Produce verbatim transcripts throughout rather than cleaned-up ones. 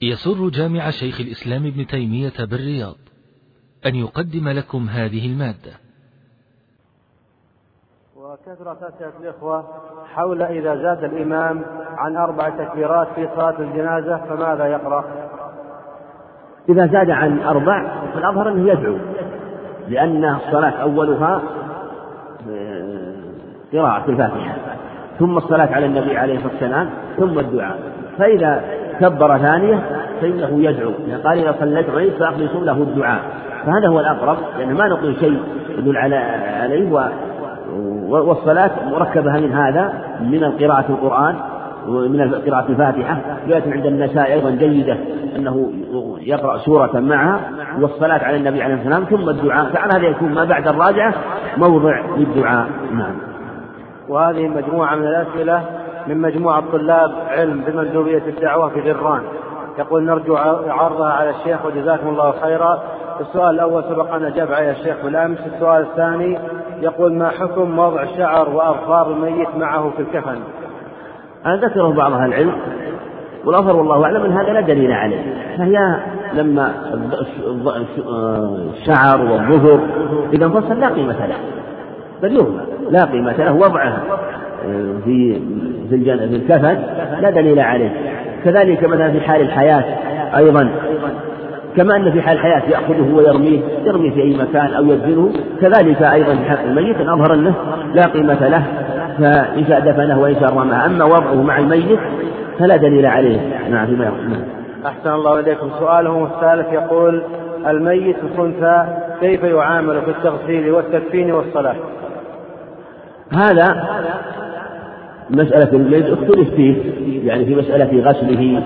يسر جامع شيخ الإسلام ابن تيمية بالرياض أن يقدم لكم هذه المادة. وكثرة أسئلة الإخوة حول إذا زاد الإمام عن أربع تكبيرات في صلاة الجنازة فماذا يقرأ؟ إذا زاد عن أربع فالأظهر أنه يدعو، لأن الصلاة أولها قراءة الفاتحة ثم الصلاة على النبي عليه الصلاة والسلام ثم الدعاء، فإذا كبر ثانية فإنه يدعو، قال إذا صليت عليه فأخلصوا له الدعاء، فهذا هو الأقرب، لأن ما نقول شيء يدل عليه. والصلاة مركبة من هذا، من القراءة القرآن ومن قراءة الفاتحة، جاءت عند النساء أيضا جيدة أنه يقرأ سورة معها، والصلاة على النبي عليه الصلاة والسلام ثم الدعاء، فعلى هذا يكون ما بعد الراجعة موضع للدعاء. نعم. وهذه مجموعة من الأسئلة من مجموعة طلاب علم بمندوبية الدعوة في ذران، يقول نرجو عرضها على الشيخ وجزاكم الله خيرا. السؤال الأول سبق أن أجاب عليه الشيخ بالأمس. السؤال الثاني يقول ما حكم وضع شعر وأظفار الميت معه في الكفن؟ أنا ذكره بعض أهل العلم، والأظهر والله أعلم أن هذا لا دليل عليه، فهي لما الشعر والظفر إذا انفصل لا قيمة له، بل يغلى لا قيمة له وضعها في في الكفن لا دليل عليه. كذلك مثلا في حال الحياة أيضا، كما أن في حال الحياة يأخذه ويرميه يرميه في أي مكان أو يدفنه، كذلك أيضا في حق الميت أظهر أنه لا قيمة له، فإن شاء دفنه وإن شاء رماه، أما وضعه مع الميت فلا دليل عليه. نعم. فيما يقول. أحسن الله إليكم. سؤالهم الثالث يقول الميت الخنثى كيف يعامل في التغسيل والتكفين والصلاة؟ هذا مسألة الميت اختلف فيه، يعني في مسألة غسله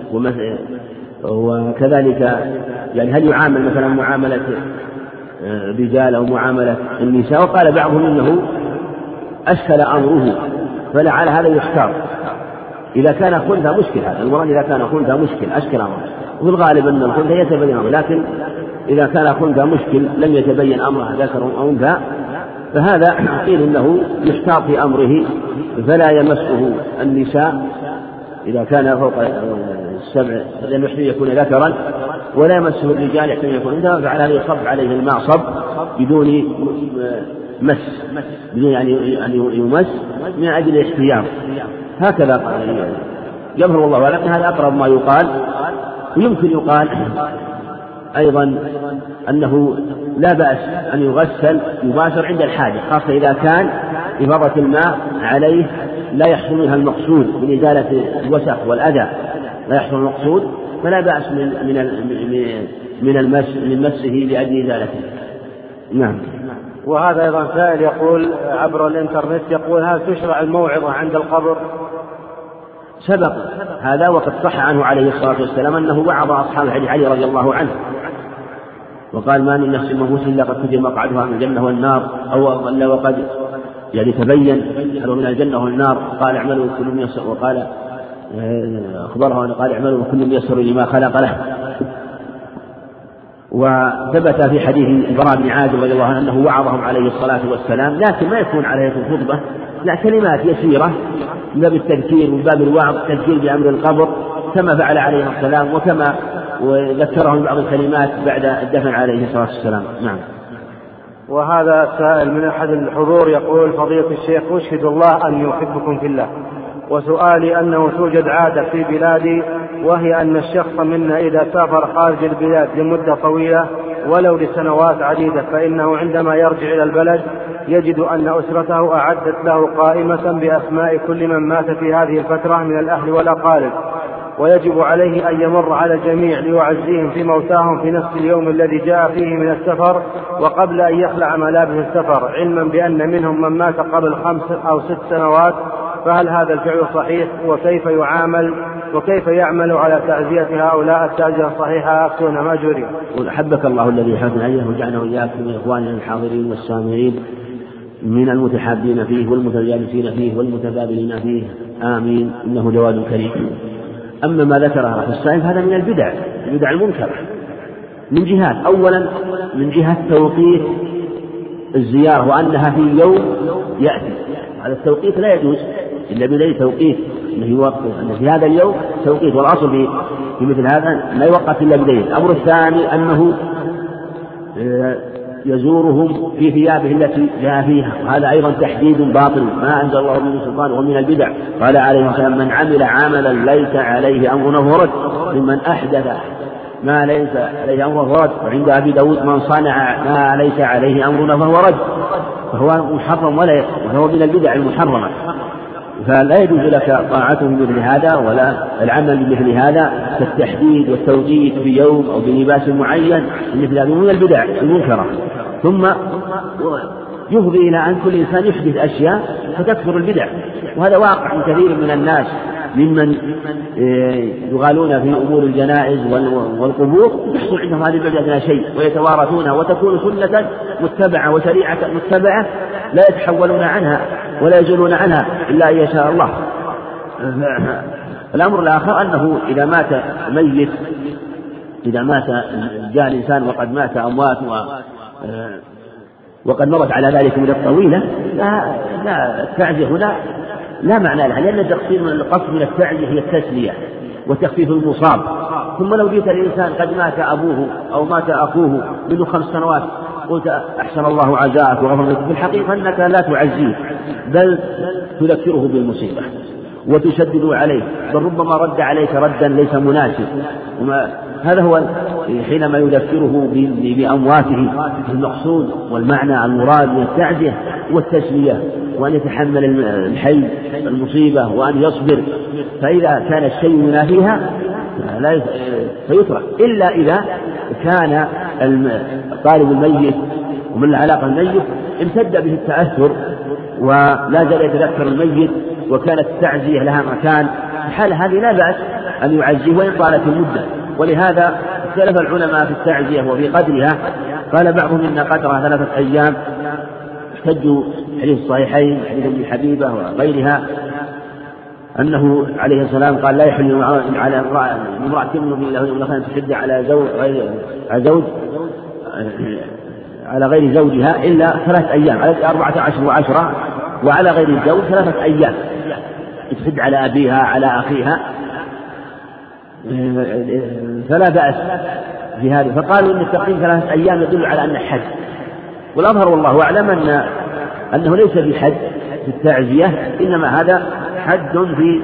وكذلك يعني هل يعامل مثلا معاملة رجال أو معاملة النساء، وقال بعضهم إنه أشكل أمره، فلعل هذا يختار إذا كان خنثى مشكل، هذا المراد إذا كان خنثى مشكل أشكل أمره، وفي الغالب أن الخنثى يتبين أمره، لكن إذا كان خنثى مشكل لم يتبين أمره ذكر أو أنثى فهذا قيل إنه يختار في أمره، فلا يمسه النساء إذا كان فوق السبع لأن يحتاج يكون ذكرا، ولا يمسه الرجال يحتاج يكون أنثى، فعلى هذا يصب عليه الماء صب بدون مس، بدون يعني أن يمس من أجل الاحتياط، هكذا يظهر والله أعلم هذا أقرب ما يقال. ويمكن يقال أيضا أنه لا بأس أن يغسل يباشر عند الحاجة، خاصة إذا كان إفاضة الماء عليه لا يحصل منها المقصود من إزالة الوسخ والأذى، لا يحصل المقصود، فلا بأس من من من المس من مسه لأجل إزالته. نعم. وهذا أيضا سائل يقول عبر الإنترنت، يقول هل تشرع الموعظة عند القبر؟ سبق هذا وقد صح عنه عليه الصلاة والسلام أنه وعظ أصحاب حديث علي رضي الله عنه، وقال ما من نفس منفوس إلا قد كتب مقعدها من الجنة والنار، أو إلا وقد يعني تبين هل من الجنة والنار، قال اعملوا كل ميسر، وقال أخبره قال اعملوا كل ميسر لما خلق له. وثبت في حديث البراء بن عازب رضي الله عنه أنه وعظهم عليه الصلاة والسلام، لكن ما يكون عليه الخطبة، لا كلمات يسيرة من باب التذكير ومن باب الوعظ، تذكير بأمر القبر كما فعل عليه السلام، وكما وذكرهم بعض الكلمات بعد الدفن عليه الصلاة والسلام. نعم. وهذا سائل من أحد الحضور يقول فضيلة الشيخ أشهد الله أن يحبكم في الله، وسؤالي أنه توجد عادة في بلادي، وهي أن الشخص منا إذا سافر خارج البلاد لمدة طويلة ولو لسنوات عديدة، فإنه عندما يرجع إلى البلد يجد أن أسرته أعدت له قائمة بأسماء كل من مات في هذه الفترة من الأهل والأقارب، ويجب عليه أن يمر على الجميع ليعزيهم في موتاهم في نفس اليوم الذي جاء فيه من السفر وقبل أن يخلع ملابس السفر، علما بأن منهم من مات قبل خمس أو ست سنوات، فهل هذا الفعل صحيح؟ وكيف يعامل وكيف يعمل على تعزية هؤلاء التعزية الصحيحة أفتون ماجورين؟ أحبك الله الذي حسن أيه وجعلنا وإياكم من إخواننا الحاضرين والسامعين من المتحابين فيه والمتجالسين فيه والمتبادلين فيه، آمين، إنه جواد كريم. أما ما ذكره في السائل هذا من البدع البدع المنكرة من جهات، أولا من جهة توقيت الزيارة وأنها في يوم يأتي، هذا التوقيت لا يجوز إلا بدليل توقيت أنه يوقف أن في هذا اليوم توقيت، والأصل في في مثل هذا لا يوقف إلا بدليل. الأمر الثاني أنه يزورهم في ثيابه التي جاء فيها، وهذا أيضا تحديد باطل ما أنزل الله به سلطان ومن البدع. قال عليه الصلاة والسلام: من عمل عملا ليس عليه أمرنا فهو رد، ممن أحدث ما ليس عليه أمرنا فهو رد. وعند أبي داود: من صنع ما ليس عليه أمرنا فهو رد، فهو محرم ولا فهو من البدع المحرمة، فلا يجوز لك طاعته بمثل هذا ولا العمل بمثل هذا كالتحديد والتوقيت بيوم أو بلباس معين، مثل هذا من البدع المنكرة. ثم يفضي إلى أن كل إنسان يحدث أشياء فتكثر البدع، وهذا واقع كثير من الناس ممن يغالون في أمور الجنائز والقبور، يحصل عندهم هذه البدعة شيء ويتوارثونها وتكون سنة متبعة وشريعة متبعة لا يتحولون عنها ولا يزولون عنها إلا أن يشاء الله. الأمر الآخر أنه إذا مات ميت، إذا مات جاء الإنسان وقد مات أموات و وقد مرت على ذلك مدة طويلة، لا لا التعزية هنا لا معنى لها، لأن التقصير من القصد من التعزية هي التسلية وتخفيف المصاب. ثم لو جئت الإنسان قد مات أبوه أو مات أخوه منذ خمس سنوات قلت: أحسن الله عزاءك وغفر لك، في الحقيقة أنك لا تعزيه بل تذكره بالمصيبة وتشدد عليه، بل ربما رد عليك ردا ليس مناسب. هذا هو حينما يذكره بأمواته. المقصود والمعنى المراد من التعزية والتسلية، وأن يتحمل الحي المصيبة وأن يصبر، فإذا كان الشيء ينافيها لا فيترك، إلا إذا كان طالب الميت ومن العلاقة الميت امتد به التأثر ولا زال يتذكر الميت وكانت التعزية لها مكان، في حالة هذه لا بأس أن يعزيه وإن طالت المدة. ولهذا اختلف العلماء في التعزية وفي قدرها. قال بعضهم إن قدرها ثلاثة أيام، احتجوا حديث الصحيحين حديث ابن حبيبة وغيرها أنه عليه السلام قال: لا يحل على امرأة تمن له تحد على زوج على زوج على غير زوجها إلا ثلاثة أيام، على أربعة عشر وعشرة، وعلى غير الزوج ثلاثة أيام، تحد على أبيها على أخيها، فلا بأس في هذا. فقالوا إن التقييم ثلاثة أيام يدل على أن حد، والأظهر والله أعلم أن أنه ليس بحد في التعزية، إنما هذا حد في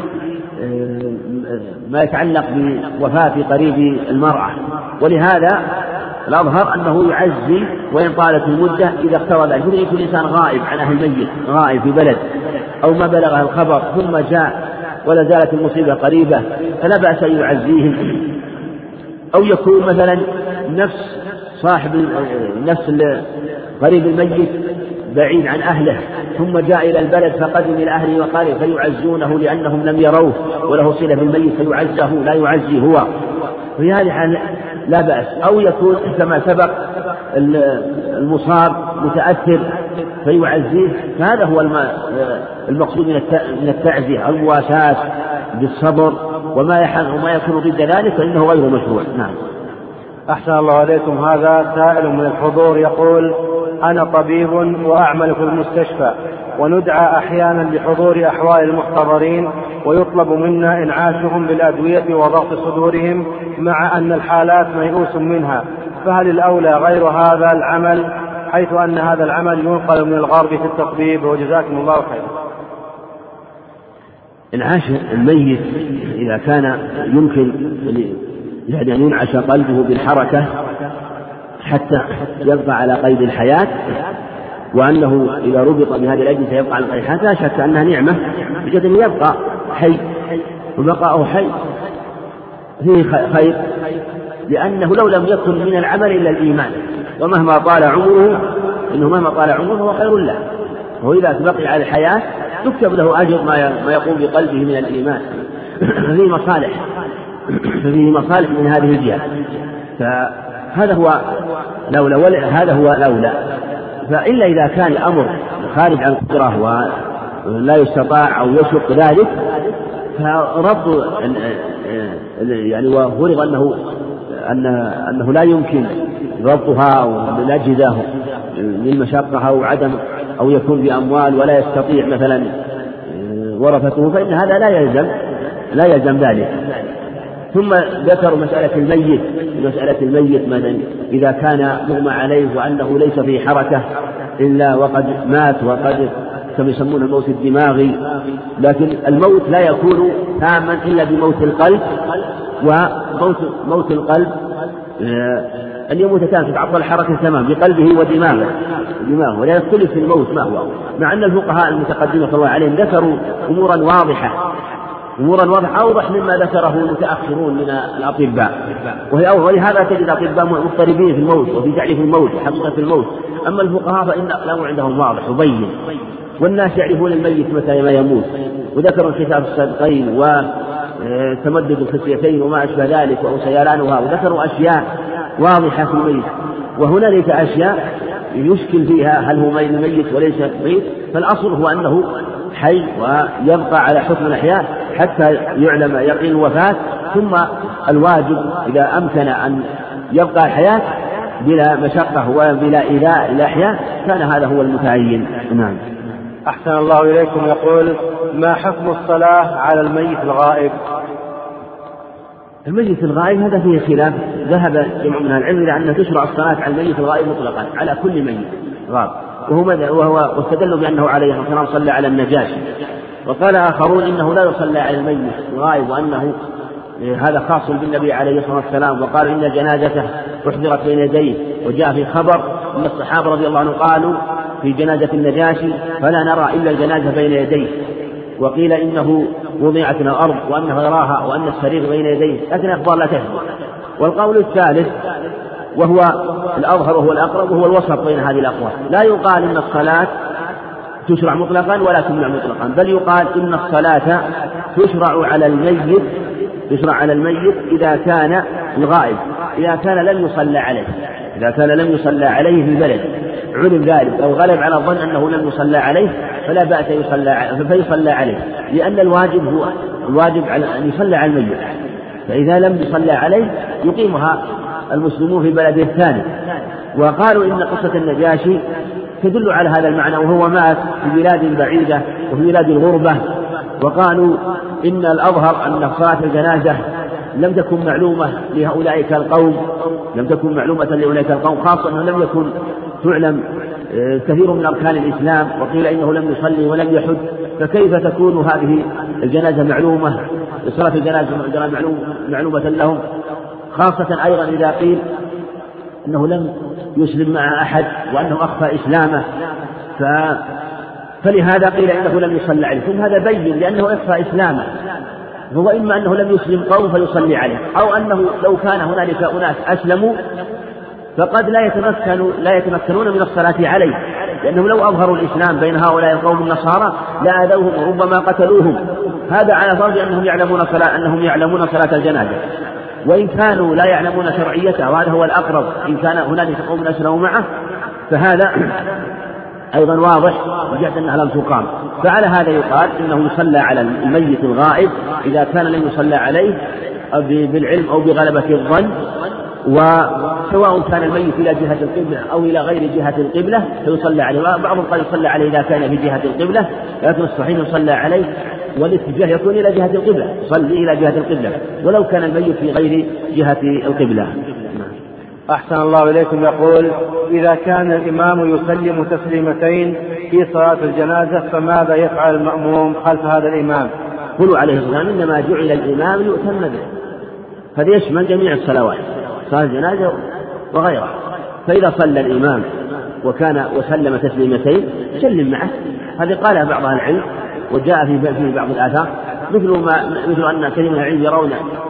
ما يتعلق بوفاة قريب المرأة. ولهذا الأظهر أنه يعزي وإن طالت المدة إذا اقترب ذلك. يكون الإنسان غائب عن أهل الميت، غائب في بلد أو ما بلغه الخبر ثم جاء ولا زالت المصيبة قريبة، فلا بأس أن يعزيهم. أو يكون مثلا نفس صاحب نفس قريب الميت بعيد عن أهله ثم جاء إلى البلد فقدم إلى أهله وقال فيعزونه لأنهم لم يروه وله صلة بالميت فيعزه لا يعزي هو، في هذه الحال لا بأس. أو يكون كما سبق المصاب متأثر فيعزيه، فهذا هو المقصود من التعزية، المواساة بالصبر، وما وما يكون ضد ذلك فإنه غير مشروع. نعم. أحسن الله عليكم. هذا سائل من الحضور يقول: أنا طبيب وأعمل في المستشفى، وندعى أحيانا لحضور أحوال المحتضرين ويطلب منا إنعاشهم بالأدوية وضغط صدورهم، مع أن الحالات ميؤوس منها، فهل الأولى غير هذا العمل، حيث أن هذا العمل ينقل من الغرب في التطبيب؟ وجزاكم الله خيرا. إنعاش الميت إذا كان يمكن يعني أن ينعش قلبه بالحركة حتى يبقى على قيد الحياة، وأنه إذا ربط بهذه الأجهزة يبقى على قيد الحياة، لا شك أنها نعمة بجد أن يبقى حي، وبقاؤه حي فيه خير، لأنه لو لم يكن من العمل إلا الإيمان، ومهما طال عمره إنه مهما طال عمره هو خير له، وإذا بقي على الحياة يكتب له أجر ما يقوم بقلبه من الإيمان. فيه مصالح فيه مصالح من هذه الجهة، فهذا هو الأولى، هذا هو الأولى. فإلا إذا كان الأمر خارج عن القدرة ولا يستطاع أو يشق ذلك، فرد يعني وفرض أنه أن أنه لا يمكن ربطها والأجهزة من مشقة أو عدم أو يكون بأموال ولا يستطيع مثلا ورثته فإن هذا لا يلزم لا يلزم ذلك. ثم ذكروا مسألة الميت مسألة الميت مثلا إذا كان مغمى عليه وأنه ليس في حركة إلا وقد مات وقد كما يسمونه الموت الدماغي، لكن الموت لا يكون تاما إلا بموت القلب، وموت موت القلب أن يموت تام تتعطل الحركة تمام بقلبه ودماغه دماغه ولا يختلف في الموت ما هو، مع أن الفقهاء المتقدمين صلى الله عليهم ذكروا أمورا واضحة أمورا واضحة أوضح مما ذكره المتأخرون من الأطباء، وهي ولهذا تجد أطباء مضطربين في الموت وفي تعريف الموت وحقيقة الموت، أما الفقهاء فإن أقلامهم عندهم واضح وبين، والناس يعرفون الميت متى ما يموت، وذكروا انكشاف الصدقين وتمدد الخصيتين وما أشبه ذلك وسيلانها، وذكروا أشياء واضحة في الميت، وهنالك أشياء يشكل فيها هل هو ميت وليس ميت، فالأصل هو أنه حي ويبقى على حكم الأحياء حتى يعلم يقين الوفاة، ثم الواجب إذا أمكن أن يبقى الحياة بلا مشقة وبلا إيذاء الأحياء كان هذا هو المتعين. نعم. أحسن الله إليكم. يقول: ما حكم الصلاة على الميت الغائب؟ الميت الغائب هذا فيه خلاف، ذهب جمع من العلم إلى أن تشرع الصلاة على الميت الغائب مطلقا على كل ميت غائب، وهو وهو واستدلوا بأنه عليه الصلاة والسلام صلى على النجاشي، وقال آخرون إنه لا يصلى على الميت الغائب وأنه هذا خاص بالنبي عليه الصلاة والسلام، وقال إن جنازته أحضرت بين يديه، وجاء في خبر أن الصحابة رضي الله عنهم قالوا في جنازة النجاشي فلا نرى إلا الجنازة بين يديه، وقيل إنه وضعت من الأرض وأنه يراها وأن السرير بين يديه، لكن أخبار لا تثبت. والقول الثالث وهو الأظهر وهو الأقرب وهو الوسط بين هذه الأقوال، لا يقال إن الصلاة تشرع مطلقا ولا تمنع مطلقا، بل يقال إن الصلاة تشرع على الميت تشرع على الميت إذا كان الغائب، إذا كان لم يصلى عليه إذا كان لم يصلى عليه في البلد علم ذلك أو غلب على الظن أنه لم يصلى عليه فلا بأس يصلى فيصلى عليه، لأن الواجب هو الواجب على أن يصلى على الميت، فإذا لم يصلى عليه يقيمها المسلمون في بلده الثاني. وقالوا إن قصة النجاشي تدل على هذا المعنى، وهو مات في بلاد بعيدة وفي بلاد الغربة، وقالوا إن الأظهر أن صلاة الجنازة لم تكن معلومة لهؤلاء القوم لم تكن معلومة لأولئك القوم، خاصة أنه لم يكن تعلم كثير من أركان الإسلام، وقيل إنه لم يصلي ولم يحج، فكيف تكون هذه الجنازة معلومة صلاة الجنازة معلومة لهم، خاصة أيضا إذا قيل أنه لم يسلم مع أحد وأنه أخفى إسلامه، ف... فلهذا قيل إنه لم يصلي عليه، ثم هذا بين لأنه أخفى إسلامه، هو إما أنه لم يسلم قوم فيصلي عليه، أو أنه لو كان هنالك أناس أسلموا فقد لا يتمكنوا لا يتمكنون من الصلاة عليه، لأنهم لو أظهروا الإسلام بين هؤلاء القوم النصارى لآذوهم وربما قتلوهم، هذا على فرض أنهم يعلمون صلاة أنهم يعلمون صلاة الجنازة، وإن كانوا لا يعلمون شرعيتها وهذا هو الأقرب إن كان هنالك قوم أسلموا معه فهذا أيضا واضح وجهة أنها لم تقام، فعلى هذا يقال إنه يصلى على الميت الغائب إذا كان لم يصلى عليه بالعلم أو بغلبة الظن، وسواء كان الميت إلى جهة القبلة أو إلى غير جهة القبلة فيصلى عليه، بعضهم قال يصلى عليه إذا كان في جهة القبلة، لكن الصحيح يصلى عليه والاتجاه يكون إلى جهة القبلة، يصلي إلى جهة القبلة ولو كان الميت في غير جهة القبلة. أحسن الله إليكم. يقول: إذا كان الإمام يسلم تسليمتين في صلاة الجنازة فماذا يفعل المأموم خلف هذا الإمام؟ قولوا عليه السلام: إنما جعل الإمام ليؤتم به، هذا يشمل جميع الصلوات صلاة الجنازة وغيرها، فإذا صلى الإمام وكان وسلم تسليمتين سلم معه، هذه قالها بعض أهل العلم وجاء في بعض الآثار، مثل ما مثل أن كثير من العلم يرون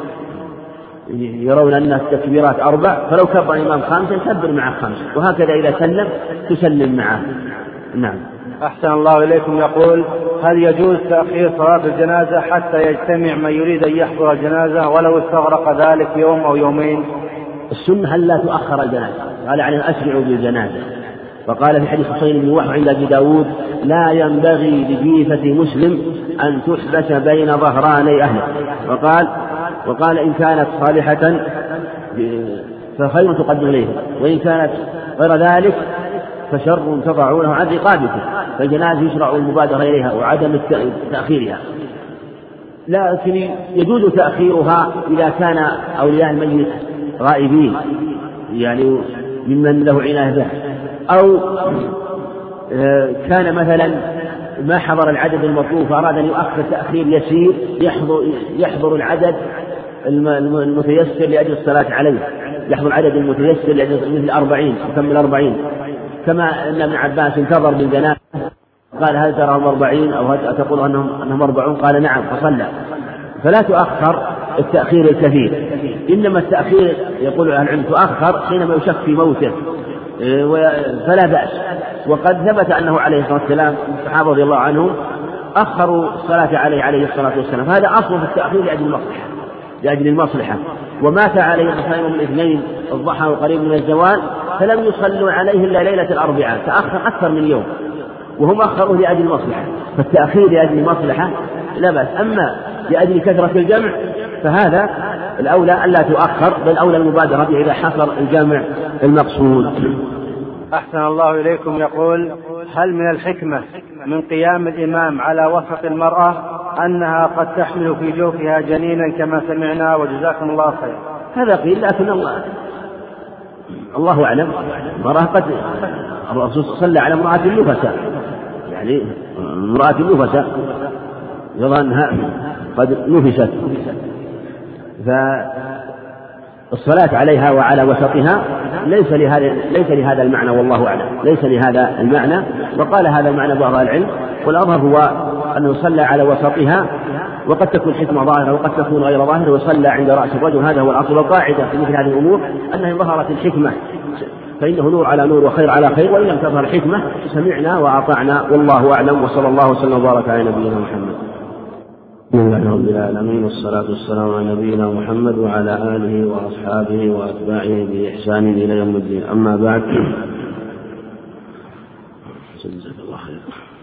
يرون أن التكبيرات أربع، فلو كبر الإمام خامسا كبر معه خمسة، وهكذا إذا سلم تسلم معه. نعم. أحسن الله إليكم. يقول: هل يجوز تأخير صلاة الجنازة حتى يجتمع من يريد أن يحضر الجنازة ولو استغرق ذلك يوم أو يومين؟ السنة هل لا تؤخر الجنازة، قال عليه أسرعوا بالجنازة، وقال في حديث حسين بن وحب عند أبي داود: لا ينبغي لجيفة مسلم أن تحبس بين ظهراني أهله، وقال وقال إن كانت صالحة فخير تقدم إليه، وإن كانت غير ذلك فشر تضعونه عن رقابكم، فالجنازة يشرع المبادرة إليها وعدم تأخيرها، لكن يجوز تأخيرها إذا كان أولياء الميت غائبين يعني ممن له عناية به، أو كان مثلا ما حضر العدد المطلوب فأراد أن يؤخر تأخير يسير يحضر, يحضر العدد المتيسر لأجل الصلاة عليه، يحضر العدد المتيسر لأجل مثل أربعين يكمل أربعين، كما أن ابن عباس انتظر بالجنازة قال هل تراهم أربعين أو هل تقول أنهم, أنهم أربعون؟ قال نعم فصلى. فلا تؤخر التأخير الكثير، إنما التأخير يقول أهل العلم تؤخر حينما يشك في موته فلا بأس. وقد ثبت أنه عليه الصلاة والسلام الصحابة رضي الله عنهم أخروا الصلاة عليه عليه الصلاة والسلام، هذا أصل في التأخير لأجل المصلحة لأجل المصلحة. ومات عليه الصلاة من الاثنين الضحى وقريب من الزوال فلم يصلوا عليه إلا ليلة الأربعاء، تأخر أكثر من يوم وهم أخروا لأجل المصلحة، فالتأخير لأجل المصلحة لا بأس. أما لأجل كثرة الجمع فهذا الأولى ألا تؤخر، بل أولى المبادرة إذا حصل الجمع المقصود. أحسن الله إليكم. يقول هل من الحكمة من قيام الإمام على وسط المرأة أنها قد تحمل في جوفها جنينا كما سمعنا وجزاكم الله خير؟ هذا قيل، لكن الله الله أعلم. المرأة قد الرسول صلى على امرأة النفساء، يعني امرأة النفساء يظن أنها قد نفست، فالصلاة عليها وعلى وسطها ليس لهذا ليس لهذا المعنى والله أعلم، ليس لهذا المعنى. وقال هذا المعنى بعض العلم، والأظهر هو أن يصلى على وسطها، وقد تكون حكمة ظاهرة وقد تكون غير ظاهرة، ويصلى عند رأس الرجل. هذا هو الأصل. والقاعدة في مثل هذه الأمور أنها ظهرت الحكمة فإنه نور على نور وخير على خير، وإن لم تظهر الحكمة سمعنا وأطعنا والله أعلم. وصلى الله وسلم وبارك على نبينا محمد. الحمد لله رب العالمين، والصلاة والسلام على نبينا محمد وعلى آله وأصحابه وأتباعه بإحسان إلى يوم الدين. أما بعد، جزاك الله خير.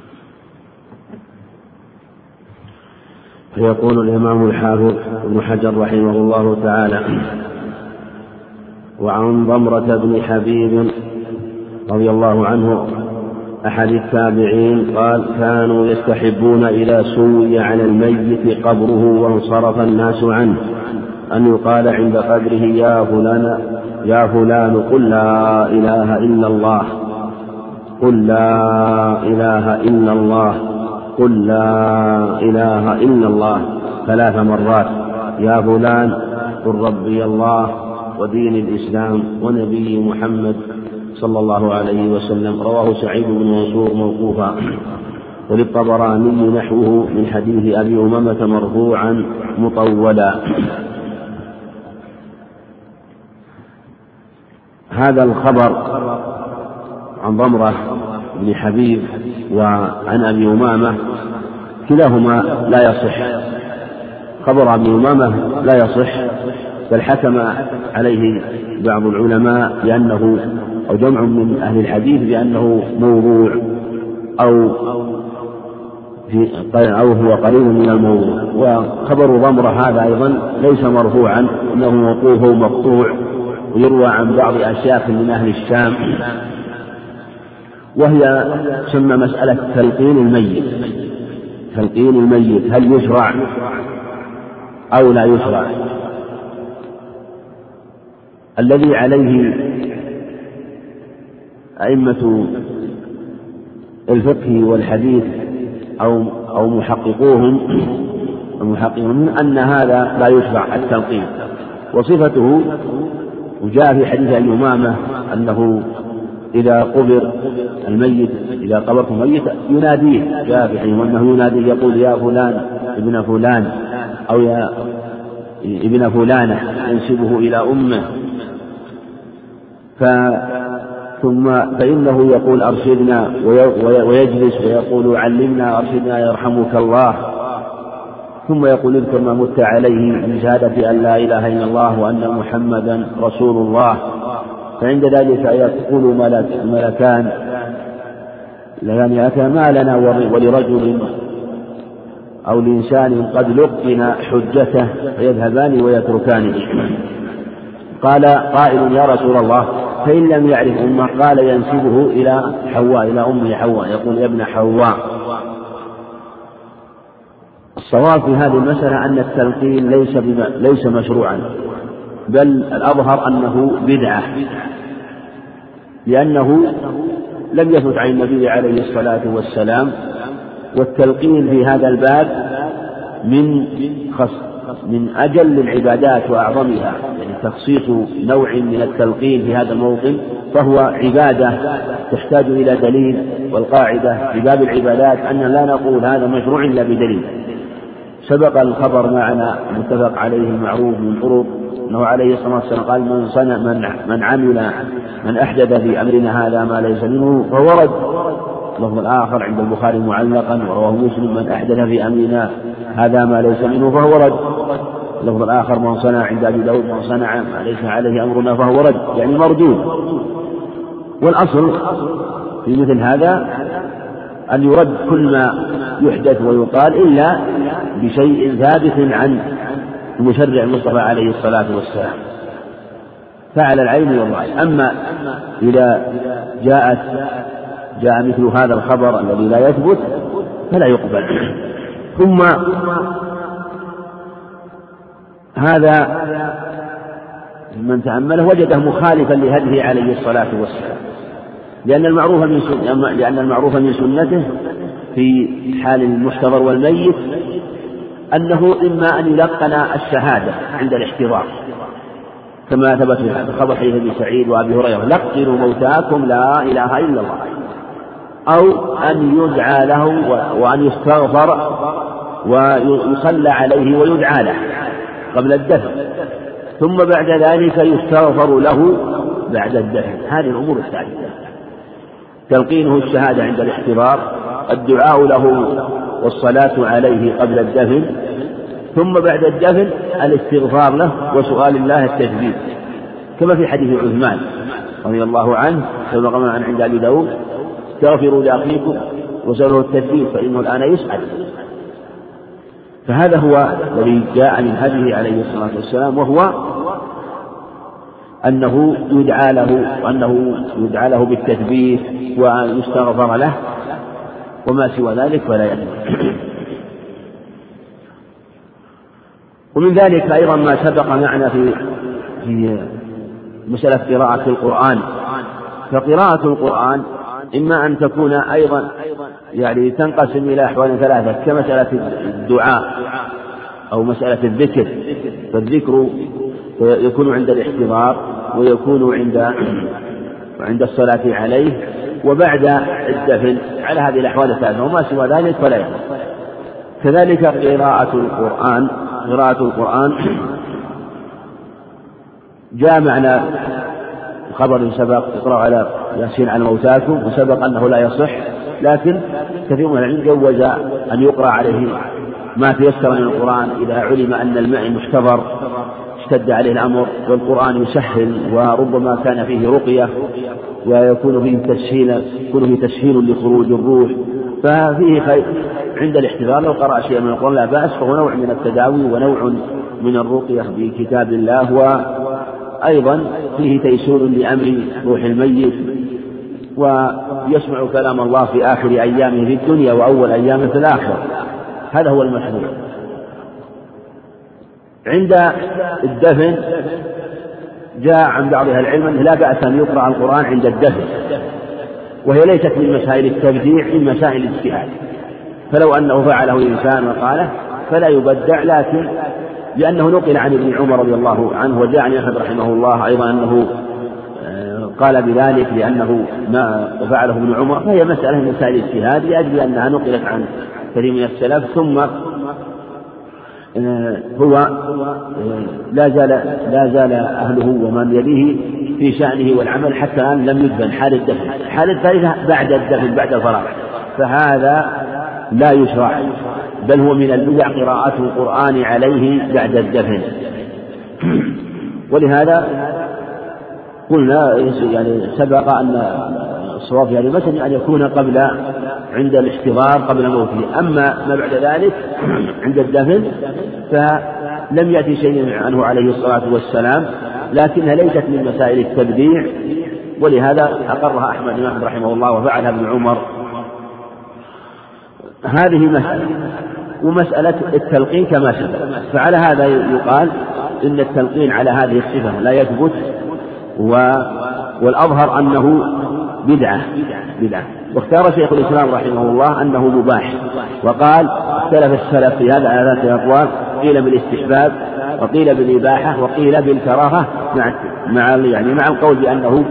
فيقول الإمام الحافظ ابن حجر رحمه الله تعالى: وعن ضمرة بن حبيب رضي الله عنه أحد التابعين قال: كانوا يستحبون إذا سوي على الميت قبره وانصرف الناس عنه أن يقال عند قبره: يا فلان يا فلان قل لا إله إلا الله، قل لا إله إلا الله، قل لا إله إلا الله ثلاث مرات، يا فلان قل ربي الله ودين الإسلام ونبي محمد صلى الله عليه وسلم. رواه سعيد بن منصور موقوفا، وللطبراني نحوه من حديث أبي أمامة مرفوعا مطولا. هذا الخبر عن ضمرة بن حبيب وعن أبي أمامة كلاهما لا يصح. خبر أبي أمامة لا يصح، بل حكم عليه بعض العلماء بأنه أو جمع من أهل الحديث بأنه موضوع أو في أو هو قريب من الموضوع. وخبر ضمرة هذا أيضا ليس مرفوعا، إنه موقوف مقطوع، ويروى عن بعض أشياخ من أهل الشام، وهي تسمى مسألة تلقين الميت. تلقين الميت هل يشرع أو لا يشرع؟ الذي عليه أئمة الفقه والحديث أو أو محققوهم المحققون أن هذا لا يشرع التلقين. وصفته وجاء في حديث أبي أمامة أنه إذا قبر الميت إذا قبرت الميت يناديه، جاء في حديث أنه يناديه يقول: يا فلان ابن فلان أو يا ابن فلانة، ينسبه إلى أمه. ف ثم فإنه يقول: أرشدنا، ويجلس ويقول: علمنا، أرشدنا يرحمك الله. ثم يقول: اذكر ما مت عليه من شهادة أن لا إله إلا الله وأن محمدا رسول الله. فعند ذلك يقول ملكان يعني: أتى ما لنا ولرجل أو لإنسان قد لقن حجته فيذهبان ويتركانه. قال قائل: يا رسول الله، فإن لم يعرف أمه قال ينسبه إلى حواء، إلى أمه حواء، يقول يا ابن حواء. الصواب في هذه المسألة أن التلقين ليس ليس مشروعا، بل الأظهر أنه بدعة، لأنه لم يثبت عن النبي عليه الصلاة والسلام. والتلقين في هذا الباب من خص من أجل العبادات وأعظمها، يعني تخصيص نوع من التلقين في هذا الموطن فهو عبادة تحتاج إلى دليل. والقاعدة في باب العبادات أن لا نقول هذا مشروع إلا بدليل. سبق الخبر معنا متفق عليه المعروف من طرق أنه عليه الصلاة والسلام قال من صنع من, من عمل من أحدث في أمرنا هذا ما ليس منه فهو رد. اللفظ الآخر عند البخاري معلقا ورواه مسلم من أحدث في أمرنا هذا ما ليس منه فهو رد. اللفظ الآخر من صنع عند أبي داود من صنع ما ليس عليه أمرنا فهو رد، يعني مردود. والأصل في مثل هذا أن يرد كل ما يحدث ويقال إلا بشيء ثابت عن المشرع المصطفى عليه الصلاة والسلام، فعلى العين والرأي. أما إذا جاءت جاء مثل هذا الخبر الذي لا يثبت فلا يقبل. ثم هذا من تأمله وجده مخالفا لهديه عليه الصلاة والسلام، لأن المعروف من سنة لأن المعروف من سنته في حال المحتضر والميت أنه إما أن يلقن الشهادة عند الاحتضار كما ثبت في خبر حديث أبي سعيد وأبي هريرة لقنوا موتاكم لا إله إلا الله، أو أن يدعى له وأن يستغفر ويصلى عليه ويدعى له قبل الدفن، ثم بعد ذلك يستغفر له بعد الدفن. هذه الأمور الثالثة: تلقينه الشهادة عند الاحتضار، الدعاء له والصلاة عليه قبل الدفن، ثم بعد الدفن الاستغفار له وسؤال الله التثبيت، كما في حديث عثمان رضي الله عنه سبق معنا عند أبي داود: استغفروا لأخيكم وسألوه التثبيت فإنه الآن يسأل. فهذا هو الذي جاء من هديه عليه الصلاة والسلام، وهو أنه يدعى له وأنه يدعى له بالتثبيت ويستغفر له، وما سوى ذلك فلا يدري. ومن ذلك أيضا ما سبق معنا في في مسألة قراءة القرآن. فقراءة القرآن إما أن تكون أيضا يعني تنقسم إلى أحوال ثلاثة كمسألة الدعاء أو مسألة الذكر. فالذكر يكون عند الاحتضار ويكون عند عند الصلاة عليه وبعد الدفن على هذه الأحوال الثلاثة، وما سوى ذلك فلا يجوز. كذلك قراءة القرآن قراءة القرآن جاء معنا خبر سبق: اقرأوا على ياسين على موتاكم، وسبق أنه لا يصح، لكن كثير من العلم جوز أن يقرأ عليه ما تيسر من القرآن إذا علم أن الماء محتضر اشتد عليه الأمر، والقرآن يسهل وربما كان فيه رقية ويكون فيه تسهيل يكون فيه تسهيل لخروج الروح، ففيه خير عند الاحتضار. لو قرأ شيئا من القرآن لا بأس، فهو نوع من التداوي ونوع من الرقية بكتاب الله، وأيضا فيه تيسير لأمر روح الميت، ويسمع كلام الله في آخر أيامه في الدنيا وأول أيامه في الآخرة. هذا هو المشروع. عند الدفن جاء عن بعض أهل العلم أنه لا بأس أن يقرأ القرآن عند الدفن، وهي ليست من مسائل التبديع، من مسائل الاجتهاد. فلو أنه فعله إنسان وقاله فلا يبدع، لكن لأنه نقل عن ابن عمر رضي الله عنه وجاء عن أحمد رحمه الله أيضا أنه قال بذلك لأنه ما فعله ابن عمر، فهي مسألة من مسائل الاجتهاد لأجل أنها نقلت عن كثير من السلف. ثم هو لا زال لا زال أهله ومن يليه في شأنه والعمل حتى الآن لم يدفن حال الدفن. حال الثالثة بعد الدفن بعد الفراغ، فهذا لا يشرع، بل هو من البدع قراءة القرآن عليه بعد الدفن. ولهذا قلنا يعني سبق أن الصواب في هذه المسألة أن يكون قبل عند الاحتضار قبل موته. أما ما بعد ذلك عند الدفن فلم يأتي شيء عنه عليه الصلاة والسلام، لكنها ليست من مسائل التبديع ولهذا أقرها أحمد بن أحمد رحمه الله وفعلها ابن عمر. هذه مسألة. ومسألة التلقين كما سبق، فعلى هذا يقال إن التلقين على هذه الصفة لا يثبت، والأظهر أنه بدعة بدعة واختار شيخ الإسلام رحمه الله أنه مباح، وقال اختلف السلف في هذا على ذات الأقوال، قيل بالاستحباب وقيل بالإباحة وقيل بالكراهة مع مع يعني مع القول بأنه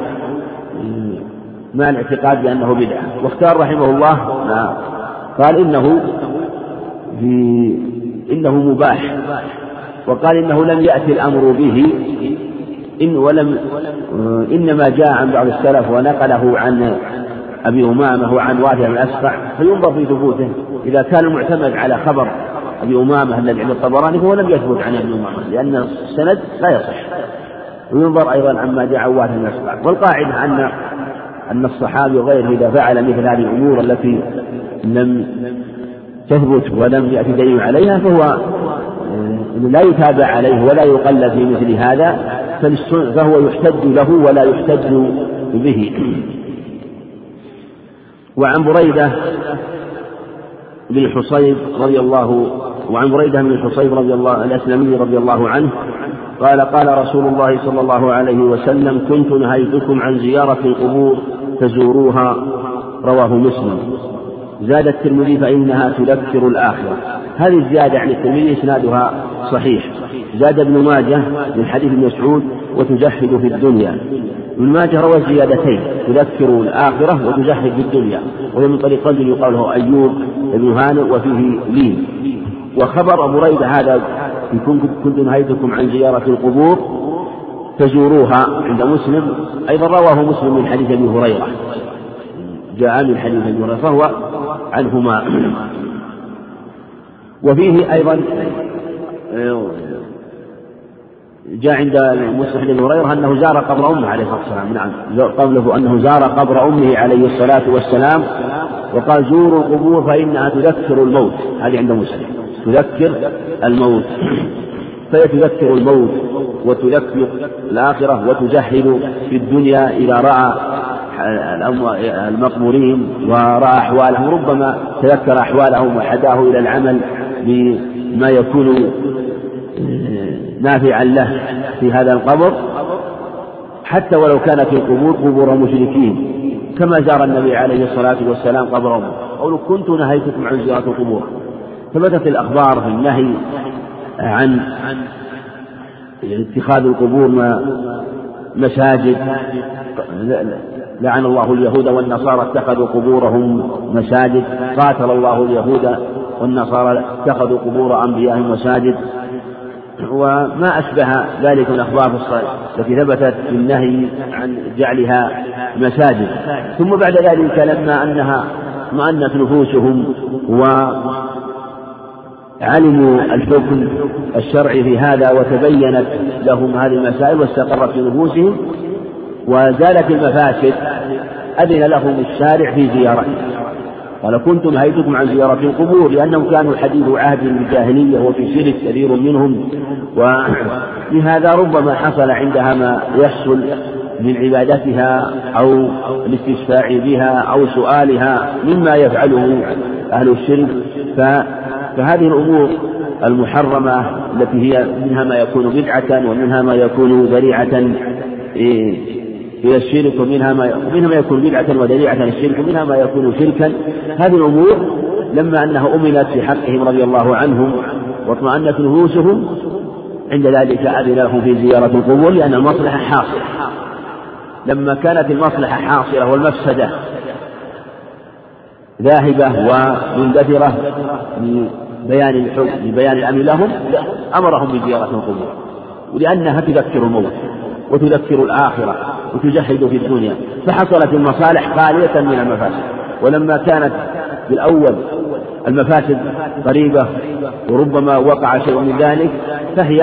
مع الاعتقاد بأنه بدعة. واختار رحمه الله قال إنه إنه مباح، وقال إنه لم يأتي الأمر به إن ولم إنما جاء عن بعض السلف ونقله عن أبي أمامة وعن وافع بن الأسقع، فينظر في ثبوته. إذا كان المعتمد على خبر أبي أمامة الذي عند الطبراني فهو لم يثبت عن أبي أمامة لأن السند لا يصح، وينظر أيضا عما جاء عن وافع بن الأسقع. والقاعدة أن أن الصحابي وغيره إذا فعل مثل هذه الأمور التي لم تثبت ولم يأتي دليل عليها فهو لا يتابع عليه ولا يقلد في مثل هذا، فهو يحتج له ولا يحتج به. وعن بريدة بن الحصيب رضي الله وعن بريدة بن الحصيب رضي الله الأسلمي رضي الله عنه قال قال رسول الله صلى الله عليه وسلم كنت نهيتكم عن زيارة القبور فزوروها، رواه مسلم. زاد الترمذي فإنها تذكر الآخرة. هذه الزيادة عن الترمذي إسنادها صحيح. زاد ابن ماجه من حديث ابن مسعود وتزهد في الدنيا. ابن ماجه روى زيادتين تذكر الآخرة وتزهد في الدنيا، وهي من طريق رجل يقال له أيوب بن هانئ وفيه لين. وخبر أبو بريدة هذا كنت نهيتكم عن زيارة القبور فزوروها عند مسلم، أيضا رواه مسلم من حديث أبي هريرة، جاء من حديث أبي هريرة فهو عنهما. وفيه أيضا جاء عند مسلم بن هريرة أنه زار قبر أمه عليه الصلاة والسلام، نعم قبله أنه زار قبر أمه عليه الصلاة والسلام وقال زوروا القبور فإنها تذكر الموت. هذه عند مسلم تذكر الموت، فهي تذكر الموت وتذكر الآخرة وتزهد في الدنيا إذا رأى المقبورين ورأى أحوالهم ربما تذكر أحوالهم وحداه إلى العمل بما يكون نافعا له في هذا القبر، حتى ولو كانت القبور قبور مشركين، كما زار النبي عليه الصلاة والسلام قبر أمه. قولوا كنت نهيتكم عن زيارة القبور. ثبتت الأخبار في النهي عن اتخاذ القبور مساجد. لعن الله اليهود والنصارى اتخذوا قبورهم مساجد. قاتل الله اليهود والنصارى اتخذوا قبور أنبيائهم مساجد. وما أشبه ذلك من الأخبار التي ثبتت في النهي عن جعلها مساجد. ثم بعد ذلك لما أنها اطمأنت نفوسهم وعلموا الحكم الشرعي في هذا وتبينت لهم هذه المسائل واستقرت في نفوسهم وزالت المفاسد، أذن لهم الشارع في زيارته. قال كنت نهيتكم عن زيارة القبور لأنهم كانوا حديث عهد بالجاهلية وفي شرك كثير منهم، ولهذا ربما حصل عندها ما يحصل من عبادتها أو الاستشفاع بها أو سؤالها مما يفعله أهل الشرك. فهذه الأمور المحرمة التي هي منها ما يكون بدعة ومنها ما يكون ذريعة إلى الشرك ومنها ما ومنها ما يكون بدعة وذريعة إلى الشرك ومنها ما يكون شركا. هذه الأمور لما أنها أمنت في حقهم رضي الله عنهم واطمأنت نفوسهم عند ذلك أذن لهم في زيارة القبور لأن المصلحة حاصلة. لما كانت المصلحة حاصلة والمفسدة ذاهبة ومندثرة لبيان الحكم لبيان الأمر لهم أمرهم بزيارة القبور، ولأنها تذكر الموت وتذكر الآخرة وتجحد في الدنيا، فحصلت المصالح خالية من المفاسد. ولما كانت بالأول المفاسد قريبة وربما وقع شيء من ذلك فهي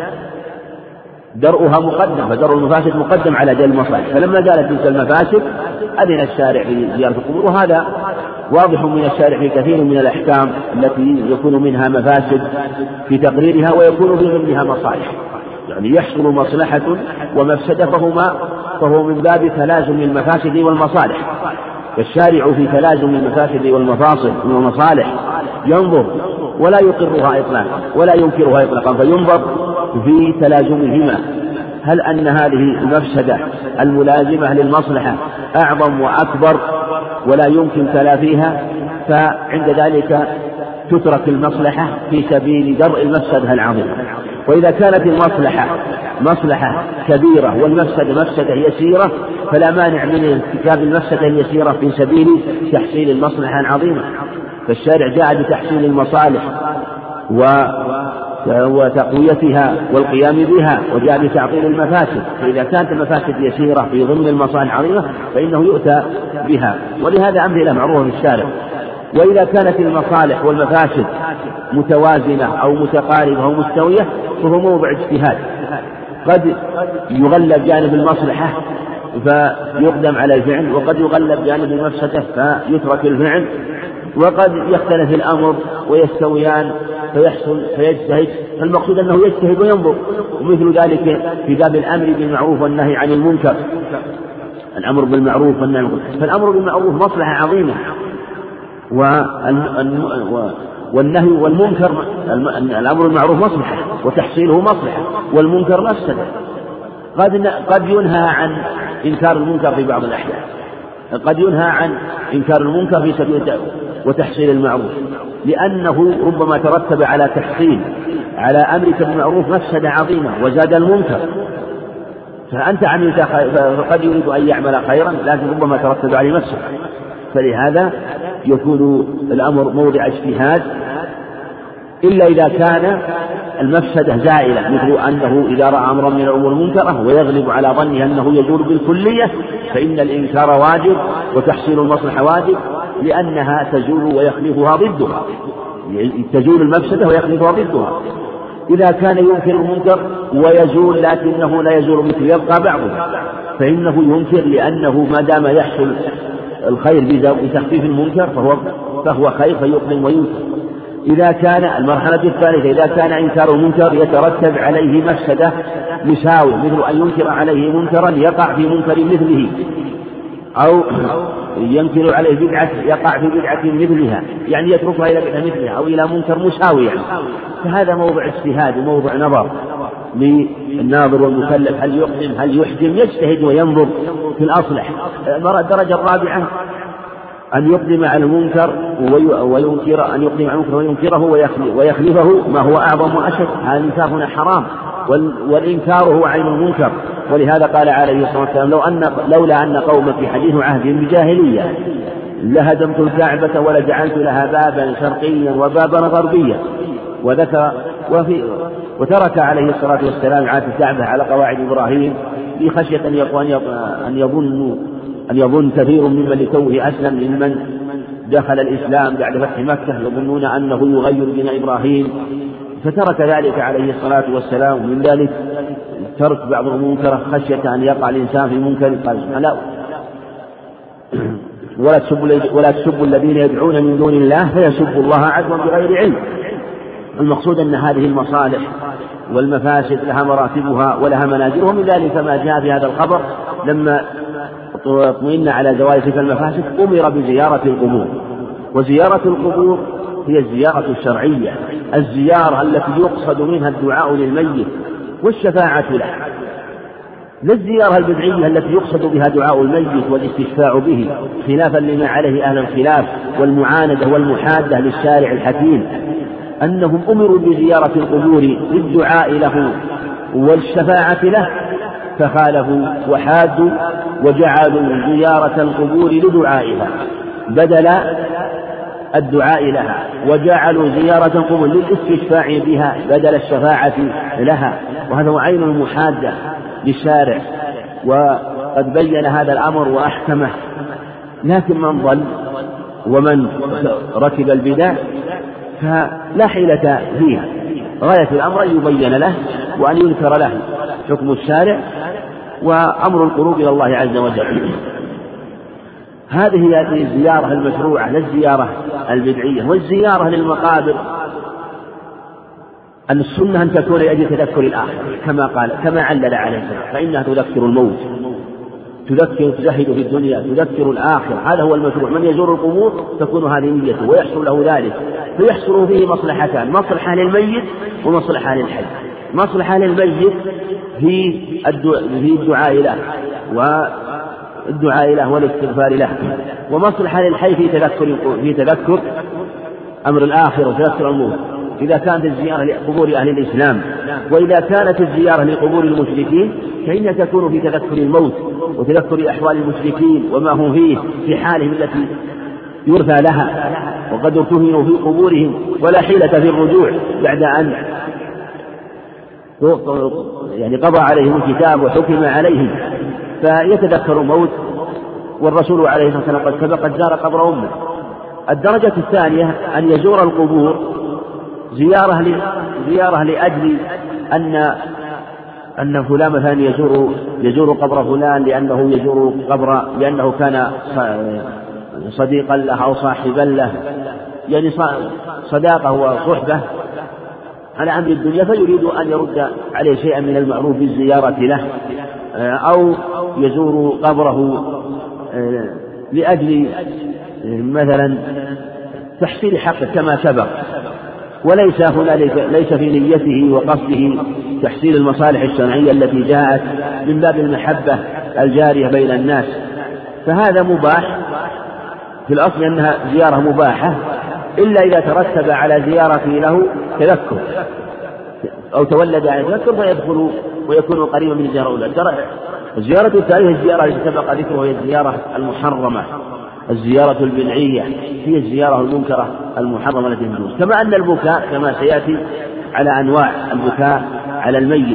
درءها مقدم، فدرء المفاسد مقدم على جلب المصالح. فلما زالت تلك المفاسد أذن الشارع في زيارة القبور، وهذا واضح من الشارع في كثير من الأحكام التي يكون منها مفاسد في تقريرها ويكون في ضمنها مصالح، يعني يحصل مصلحة ومفسدة فهما فهو من باب تلازم المفاسد والمصالح، فالشارع في تلازم المفاسد والمفاصل والمصالح ينظر ولا يقرها إطلاقا ولا ينكرها إطلاقا، فينظر في تلازمهما، هل أن هذه المفسدة الملازمة للمصلحة أعظم وأكبر ولا يمكن تلافيها، فعند ذلك تترك المصلحة في سبيل درء المفسدة العظيمة. وإذا كانت المصلحة مصلحة كبيرة والمفسدة مفسدة يسيرة فلا مانع من ارتكاب المفسدة اليسيرة في سبيل تحصيل المصلحة العظيمة. فالشارع جاء بتحصيل المصالح وتقويتها والقيام بها، وجاء بتعطيل المفاسد، فإذا كانت المفاسد يسيرة في ضمن المصالح العظيمة فإنه يؤتى بها، ولهذا أمثلة معروفة في الشارع. وإذا كانت المصالح والمفاسد متوازنة أو متقاربة أو مستوية فهو موضع اجتهاد، قد يغلب جانب المصلحة فيقدم على الفعل، وقد يغلب جانب المفسدة فيترك الفعل، وقد يختلف الأمر ويستويان فيحصل فيجتهد، فالمقصود أنه يجتهد وينظر. ومثل ذلك في باب الأمر بالمعروف والنهي عن المنكر، الأمر بالمعروف والنهي عن المنكر، فالأمر بالمعروف مصلحة عظيمة، والنهي والمنكر الأمر بالمعروف مصلحة وتحصيله مصلحة، والمنكر مفسدة. قد قد ينهى عن إنكار المنكر في بعض الأحيان، قد ينهى عن إنكار المنكر في سبيل وتحصيل المعروف، لأنه ربما ترتب على تحصيل على أمرك بالمعروف مفسدة عظيمة وزاد المنكر، فأنت عملت فقد يريد أن يعمل خيرا لكن ربما ترتب عليه مفسدة، فلهذا يكون الأمر موضع اجتهاد، إلا إذا كان المفسدة زائلة، مثل أنه إذا رأى أمرا من الأمور منكرة ويغلب على ظنه أنه يزول بالكلية فإن الإنكار واجب وتحصيل المصلحة واجب، لأنها تزول ويخلفها ضدها، تزول المفسدة ويخلفها ضدها. إذا كان ينكر المنكر ويزول لكنه لا يزول مثل يبقى بعضه فإنه ينكر، لأنه ما دام يحصل الخير بتخفيف المنكر فهو فهو خير فيقدم وينكر. إذا كان المرحلة الثالثة إذا كان إنكار المنكر يترتب عليه مفسدة مساوي، مثل أن ينكر عليه منكرا يقع في منكر مثله، أو ينكر عليه بدعة يقع في بدعة مثلها، يعني يتركها إلى بدعة مثلها أو إلى منكر مساوي يعني. فهذا موضع اجتهاد وموضع نظر للناظر والمكلف، هل يقدم هل يحجم، يجتهد وينظر في الأصلح. الدرجة الرابعة أن يقدم على المنكر وينكر أن يقدم على المنكر وينكره ويخلفه ما هو أعظم وأشد، هذا الإنكار هنا حرام، والإنكار هو عين المنكر. ولهذا قال عليه الصلاة والسلام لو أن لولا أن قومك حديث عهد بجاهلية لهدمت الكعبة ولجعلت لها بابا شرقيا وبابا غربيا. وذكر وفي وترك عليه الصلاة والسلام عاد الكعبة على قواعد إبراهيم بخشية أن أن يظن أن يظن كثير ممن لتوه أسلم ممن دخل الإسلام بعد فتح مكة يظنون أنه يغير دين إبراهيم، فترك ذلك عليه الصلاة والسلام. من ذلك ترك بعض المنكر خشية أن يقع الإنسان في منكر، قال لا ولا تسبوا ولا تسبوا الذين يدعون من دون الله فيسبوا الله عدوا بغير علم. المقصود أن هذه المصالح والمفاسد لها مراتبها ولها منازلها، من ذلك ما جاء في هذا الخبر لما اطمئن على زوال تلك المفاسد أمر بزيارة القبور. وزيارة القبور هي الزيارة الشرعية، الزيارة التي يقصد منها الدعاء للميت والشفاعة له، لا الزيارة البدعية التي يقصد بها دعاء الميت والاستشفاع به، خلافا لما عليه أهل الخلاف والمعاندة والمحادة للشارع الحكيم، أنهم أمروا بزيارة القبور للدعاء له والشفاعة له فخالفوا وحادوا وجعلوا زيارة القبور لدعائها بدل الدعاء لها، وجعلوا زيارة القبور للاستشفاع بها بدل الشفاعة لها، وهذا هو عين المحادة للشارع، وقد بين هذا الأمر وأحكمه. لكن من ضل ومن ركب البدع فلا حيلة فيها، غاية الأمر أن يبين له وأن يذكر له حكم الشارع وأمر القلوب إلى الله عز وجل. هذه هذه الزيارة المشروعة، لا الزيارة البدعية. والزيارة للمقابر أن السنة أن تكون لأجل تذكر الآخرة كما قال كما علل عليه السلام، فإنها تذكر الموت تذكر تزهد في الدنيا تذكر الآخرة، هذا هو المشروع. من يزور القبور تكون هذه نيته ويحصل له ذلك، فيحصل فيه مصلحتان: مصلحة للميت ومصلحة للحي. مصلحة للميت في الدعاء له والدعاء له والاستغفار له، ومصلحة للحي في تذكر في تذكر أمر الآخرة وتذكر الموت، إذا كانت الزيارة لقبور أهل الإسلام. وإذا كانت الزيارة لقبور المشركين فإنها تكون في تذكر الموت وتذكر أحوال المشركين وما هم فيه في حالهم التي يرثى لها، وقد ارتهنوا في قبورهم ولا حيلة في الرجوع بعد أن يعني قضى عليهم الكتاب وحكم عليهم، فيتذكر الموت. والرسول عليه الصلاة والسلام قد سبق قد زار قبر أمه. الدرجة الثانية أن يزور القبور زيارة زيارة لأجل أن أن فلان مثلا يزور يزور قبر فلان لأنه يزور قبر لأنه كان صديقا له أو صاحبا له، يعني صداقة وصحبة على أمر الدنيا، فيريد أن يرد عليه شيئا من المعروف بالزيارة له، أو يزور قبره لأجل مثلا تحصيل حقه كما سبق، وليس هنالك ليس في نيته وقصده تحصيل المصالح الشرعية التي جاءت من باب المحبة الجارية بين الناس، فهذا مباح في الأصل أنها زيارة مباحة، إلا إذا ترتب على زيارته له تذكر أو تولد على تذكر فيدخل ويكون قريبا من الزيارة الأولى. الزيارة الثانية الزيارة التي سبق ذكرها هي الزيارة المحرمة، الزيارة البدعية هي الزيارة المنكرة المحرمة التي تجوز، كما أن البكاء كما سيأتي على أنواع البكاء على الميت.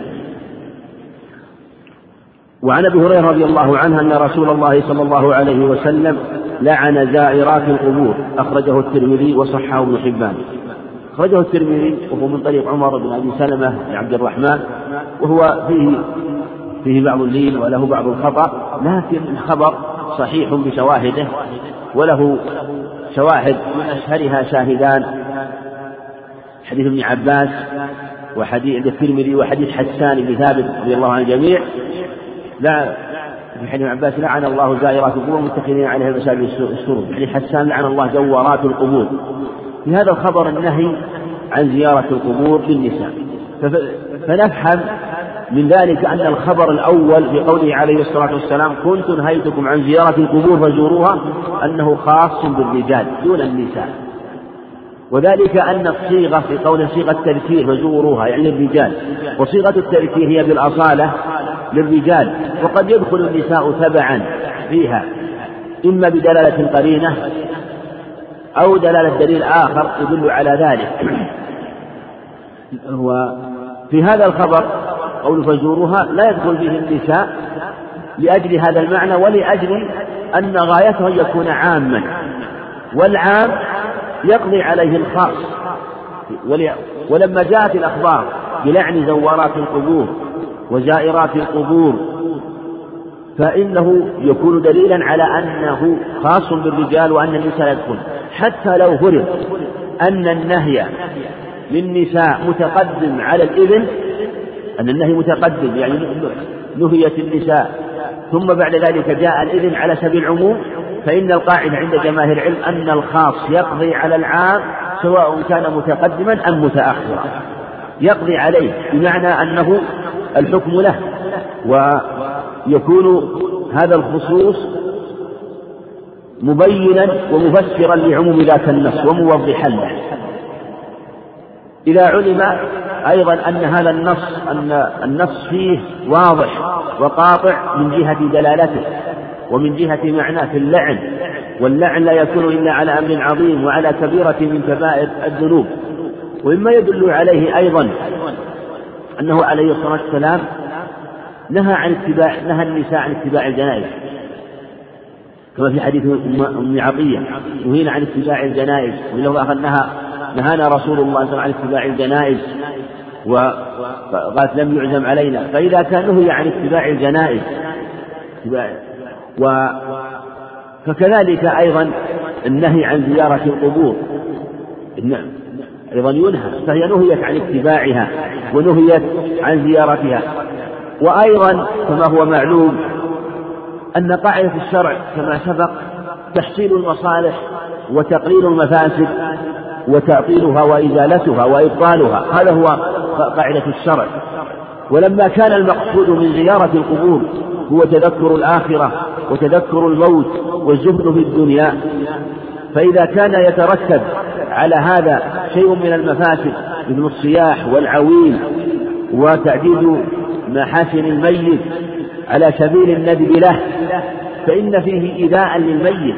وعن أبي هريرة رضي الله عنه أن رسول الله صلى الله عليه وسلم لعن زائرات القبور، أخرجه الترمذي وصححه ابن حبان. أخرجه الترمذي وهو من طريق عمر بن أبي سلمة بن عبد الرحمن، وهو فيه فيه بعض اللين وله بعض الخطأ، لكن الخبر صحيح بشواهده، وله شواهد من أشهرها شاهدان: حديث ابن عباس وحديث الترمذي وحديث حسان بن ثابت رضي الله عن الجميع. لا في حديث ابن عباس: لعن الله زائرات القبور متخذين عليها المساجد السرور. حديث حسان: لعن الله زوارات القبور. في هذا الخبر النهي عن زيارة القبور للنساء، فنفهم من ذلك أن الخبر الأول بقوله عليه الصلاة والسلام: كنت نهيتكم عن زيارة القبور فزوروها، أنه خاص بالرجال دون النساء، وذلك أن الصيغة في قول صيغة التذكير فزوروها يعني الرجال، وصيغة التذكير هي بالأصالة للرجال، وقد يدخل النساء تبعا فيها إما بدلالة قرينة أو دلالة دليل آخر يدل على ذلك. وفي هذا الخبر قول فزوروها لا يدخل فيه النساء لأجل هذا المعنى، ولأجل أن غايته يكون عاما، والعام يقضي عليه الخاص. ولما جاءت الأخبار بلعن زوارات القبور وزائرات القبور فإنه يكون دليلا على أنه خاص بالرجال وأن النساء يدخل، حتى لو فرض أن النهي للنساء متقدم على الإذن، أن النهي متقدم يعني نهيت النساء ثم بعد ذلك جاء الإذن على سبيل العموم، فإن القاعدة عند جماهير العلم أن الخاص يقضي على العام سواء كان متقدما أم متأخرا، يقضي عليه بمعنى أنه الحكم له، ويكون هذا الخصوص مبينا ومفسرا لعموم ذاك النص وموضحا له. إذا علم أيضا أن هذا النص أن النص فيه واضح وقاطع من جهة دلالته ومن جهة معناه في اللعن، واللعن لا يكون إلا على أمر عظيم وعلى كبيرة من كبائر الذنوب. ومما يدل عليه أيضا أنه عليه الصلاة والسلام نهى عن اتباع نهى النساء عن اتباع الجنائز، كما في حديث أم عطية: نهينا عن اتباع الجنائز. وله آخر: نهى نهانا رسول الله صلى الله عليه وسلم عن اتباع الجنائز، وقالت لم يعزم علينا. فإذا كان نهي عن اتباع الجنائز و فكذلك أيضا النهي عن زيارة القبور أيضا ينهى، فهي نهيت عن اتباعها ونهيت عن زيارتها. وأيضا كما هو معلوم أن قاعدة الشرع كما سبق تحصيل المصالح وتقليل المفاسد وتعطيلها وإزالتها وإبطالها، هذا هو قاعدة الشرع. ولما كان المقصود من زيارة القبور هو تذكر الآخرة وتذكر الموت والزهد في الدنيا، فإذا كان يترتب على هذا شيء من المفاسد مثل الصياح والعويل وتعديد محاسن الميت على سبيل الندب له فإن فيه إيذاء للميت.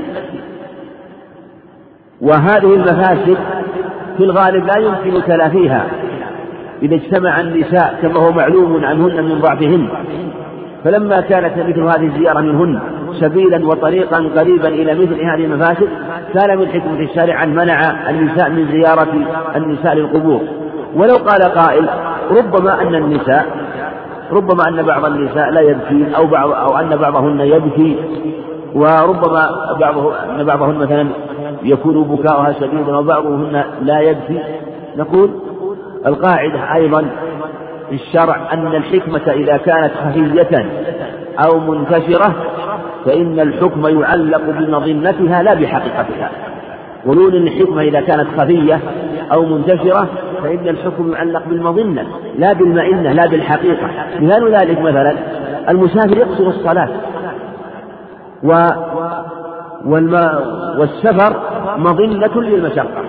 وهذه المفاسد في الغالب لا يمكن تلافيها إذا اجتمع النساء كما هو معلوم عنهن من ضعفهن، فلما كانت مثل هذه الزيارة منهن سبيلا وطريقا قريبا إلى مثل هذه المفاسد كان من حكمة الشارع أن منع النساء من زيارة النساء للقبور. ولو قال قائل ربما أن النساء ربما أن بعض النساء لا يبكي أو, بعض أو أن بعضهن يبكي، وربما بعضه أن بعضهن مثلا يكون بكاؤها شديدا وبعضهن لا يبكي، نقول القاعدة أيضا في الشرع أن الحكمة إذا كانت خفية أو منتشرة فإن الحكم يعلق بمظنتها لا بحقيقتها. قولون إن الحكمة إذا كانت خفية أو منتشرة فإن الحكم يعلق بالمظنة لا بالمئنة لا بالحقيقة. مثال ذلك مثلا المسافر يقصر الصلاة و والسفر مظنة للمشقة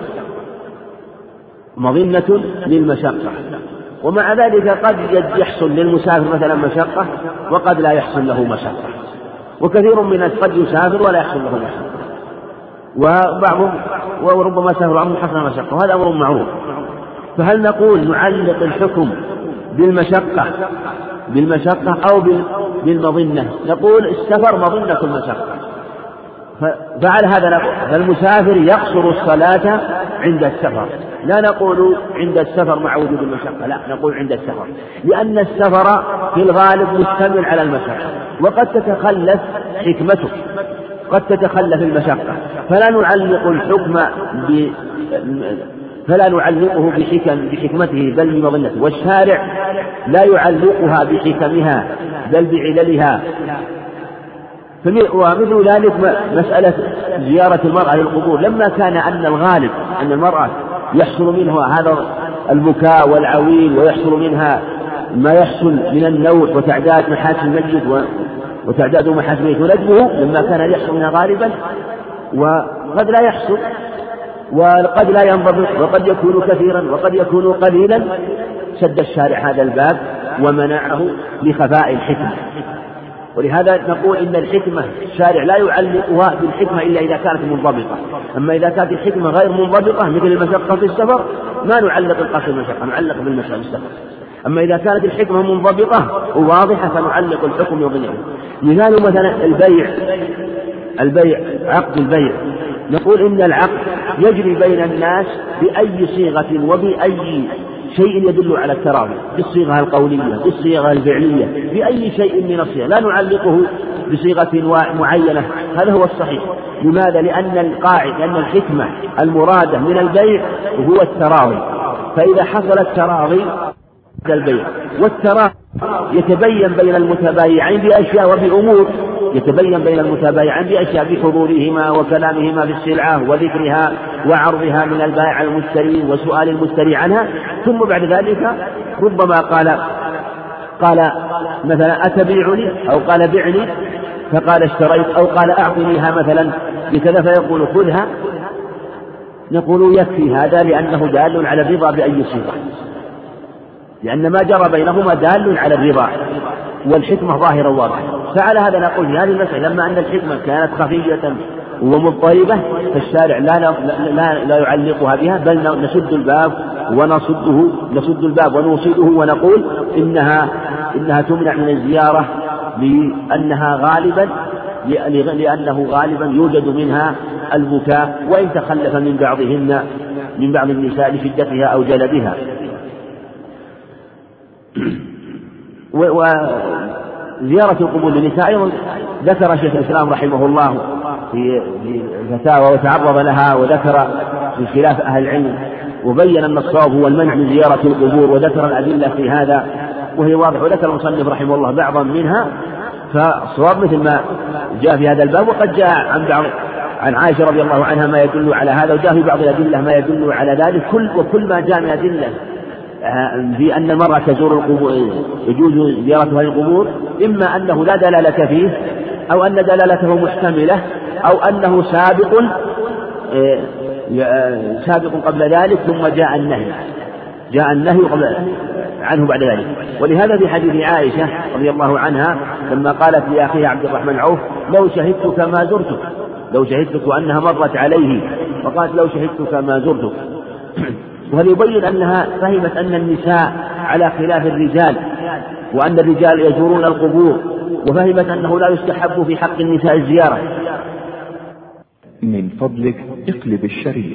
مظنة للمشقة ومع ذلك قد يحصل للمسافر مثلا مشقة وقد لا يحصل له مشقة، وكثير من الناس قد يسافر ولا يحصل له مشقة، وبعضهم وربما سافر عنه حصل مشقة، وهذا أمر معروف. فهل نقول نعلق الحكم بالمشقة بالمشقة أو بالمظنة؟ نقول السفر مظنة المشقة، فعلى هذا نقول فالمسافر يقصر الصلاة عند السفر، لا نقول عند السفر مع وجود المشقة، لا نقول عند السفر، لأن السفر في الغالب مشتمل على المشقة وقد تتخلف حكمته قد تتخلف المشقة، فلا نعلق الحكم ب فلا نعلقه بحكم بحكمته بل بمظنته، والشارع لا يعلقها بحكمها بل بعللها. ومثل ذلك مسألة زيارة المرأة للقبور، لما كان أن الغالب أن المرأة يحصل منها هذا البكاء والعويل ويحصل منها ما يحصل من النوح وتعداد محاسن الميت وتعداد محاسن الميت ونجمه، لما كان يحصل منها غالبا وقد لا يحصل وقد لا ينضبط وقد يكون كثيرا وقد يكون قليلا، سد الشارع هذا الباب ومنعه لخفاء الحكمة. ولهذا نقول إن الحكمة الشارع لا يعلقها بالحكمة إلا إذا كانت منضبطة، أما إذا كانت الحكمة غير منضبطة مثل المشقة في السفر ما نعلق القصر المشقة، نعلق بالمشقة في السفر. أما إذا كانت الحكمة منضبطة وواضحة فنعلق الحكم وبنيه. مثال مثلا البيع البيع عقد البيع، نقول إن العقد يجري بين الناس بأي صيغة وبأي شيء يدل على التراضي، بالصيغة القولية بالصيغة الفعلية بأي شيء من الصيغ، لا نعلقه بصيغة معينة، هذا هو الصحيح. لماذا؟ لأن القاعدة لأن الحكمة المرادة من البيع هو التراضي، فإذا حصل التراضي البيع والتراضي يتبين بين المتبايعين بأشياء وبأمور يتبين بين المتبايعين بأشياء بحضورهما وكلامهما في السلعة وذكرها وعرضها من البائع على المشتري وسؤال المشتري عنها، ثم بعد ذلك ربما قال قال مثلا أتبيعني أو قال بعني فقال اشتريت أو قال أعطنيها مثلا بكذا فيقول خذها، نقول يكفي هذا لأنه دال على الرضا بأي صيغة، لأن ما جرى بينهما دال على الرضا والحكمة ظاهرة واضحة. فعلى هذا نقول في هذه المسألة لما أن الحكمة كانت خفية ومضطربة فالشارع لا, لا, لا يعلقها بها بل نسد الباب ونصده نسد الباب ونوصده ونقول إنها إنها تمنع من الزيارة لأنها غالبا لأنه غالبا يوجد منها البكاء وإن تخلف من بعضهن من بعض النساء لشدتها أو جلدها. وزيارة القبور للنساء أيضا ذكر شيخ الإسلام رحمه الله في الفتاوى وتعرض لها وذكر في خلاف أهل العلم وبين أن الصواب هو المنع من زيارة القبور وذكر الأدلة في هذا وهي واضحة، وذكر المصنف رحمه الله بعضا منها فالصواب مثل ما جاء في هذا الباب، وقد جاء عن بعض عن عائشة رضي الله عنها ما يدل على هذا، وجاء في بعض الأدلة ما يدل على ذلك. كل وكل ما جاء من أدلة في أن المرأة تزور القبور يجوز زيارة هذه القبور، إما أنه لا دلالة فيه، أو أن دلالته محتملة، أو أنه سابق سابق قبل ذلك ثم جاء النهي جاء النهي قبل عنه بعد ذلك. ولهذا في حديث عائشة رضي الله عنها لما قالت لأخيها عبد الرحمن عوف: لو شهدتك ما زرتك، لو شهدتك، وأنها مرت عليه فقالت: لو شهدتك ما زرتك. وهذا يبين أنها فهمت أن النساء على خلاف الرجال، وأن الرجال يزورون القبور، وفهمت أنه لا يستحب في حق النساء الزيارة. من فضلك اقلب الشريط.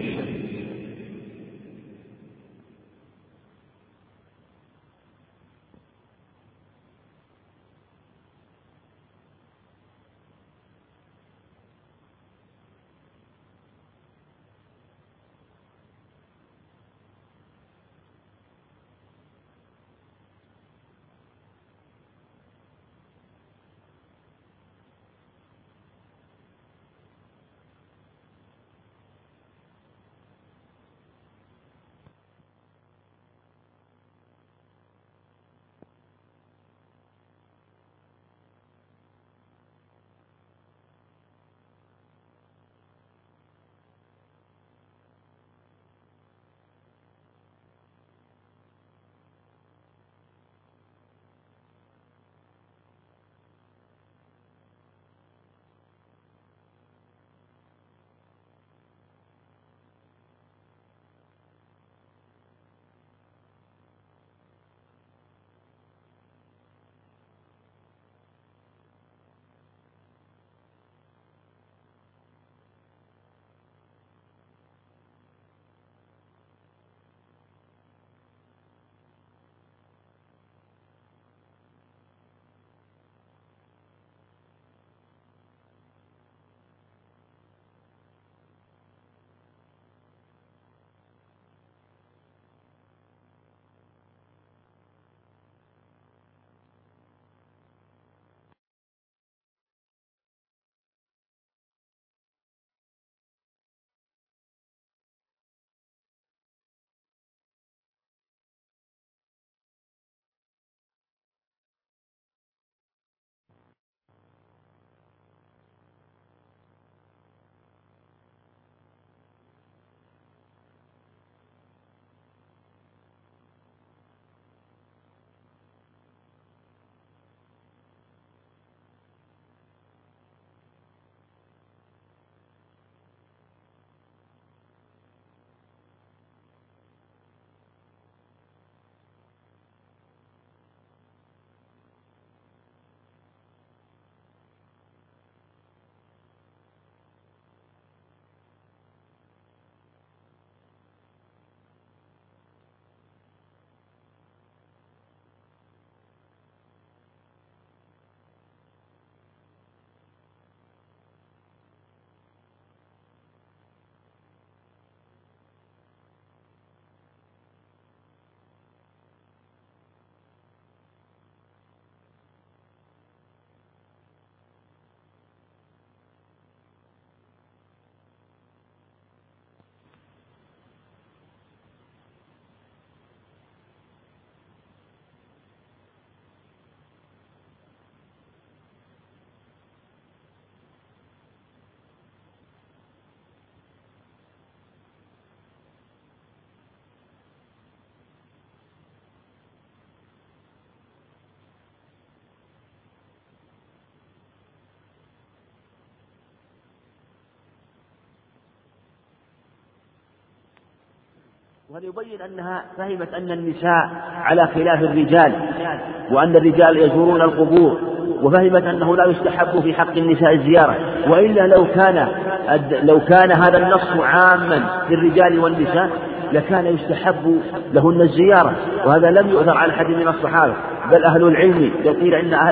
وهذا يبين أنها فهمت أن النساء على خلاف الرجال، وأن الرجال يزورون القبور، وفهمت أنه لا يستحب في حق النساء الزيارة. وإلا لو كان لو كان هذا النص عاما للرجال والنساء لكان يستحب لهن الزيارة، وهذا لم يؤثر على أحد من الصحابة، بل أهل العلم يقول إن أهل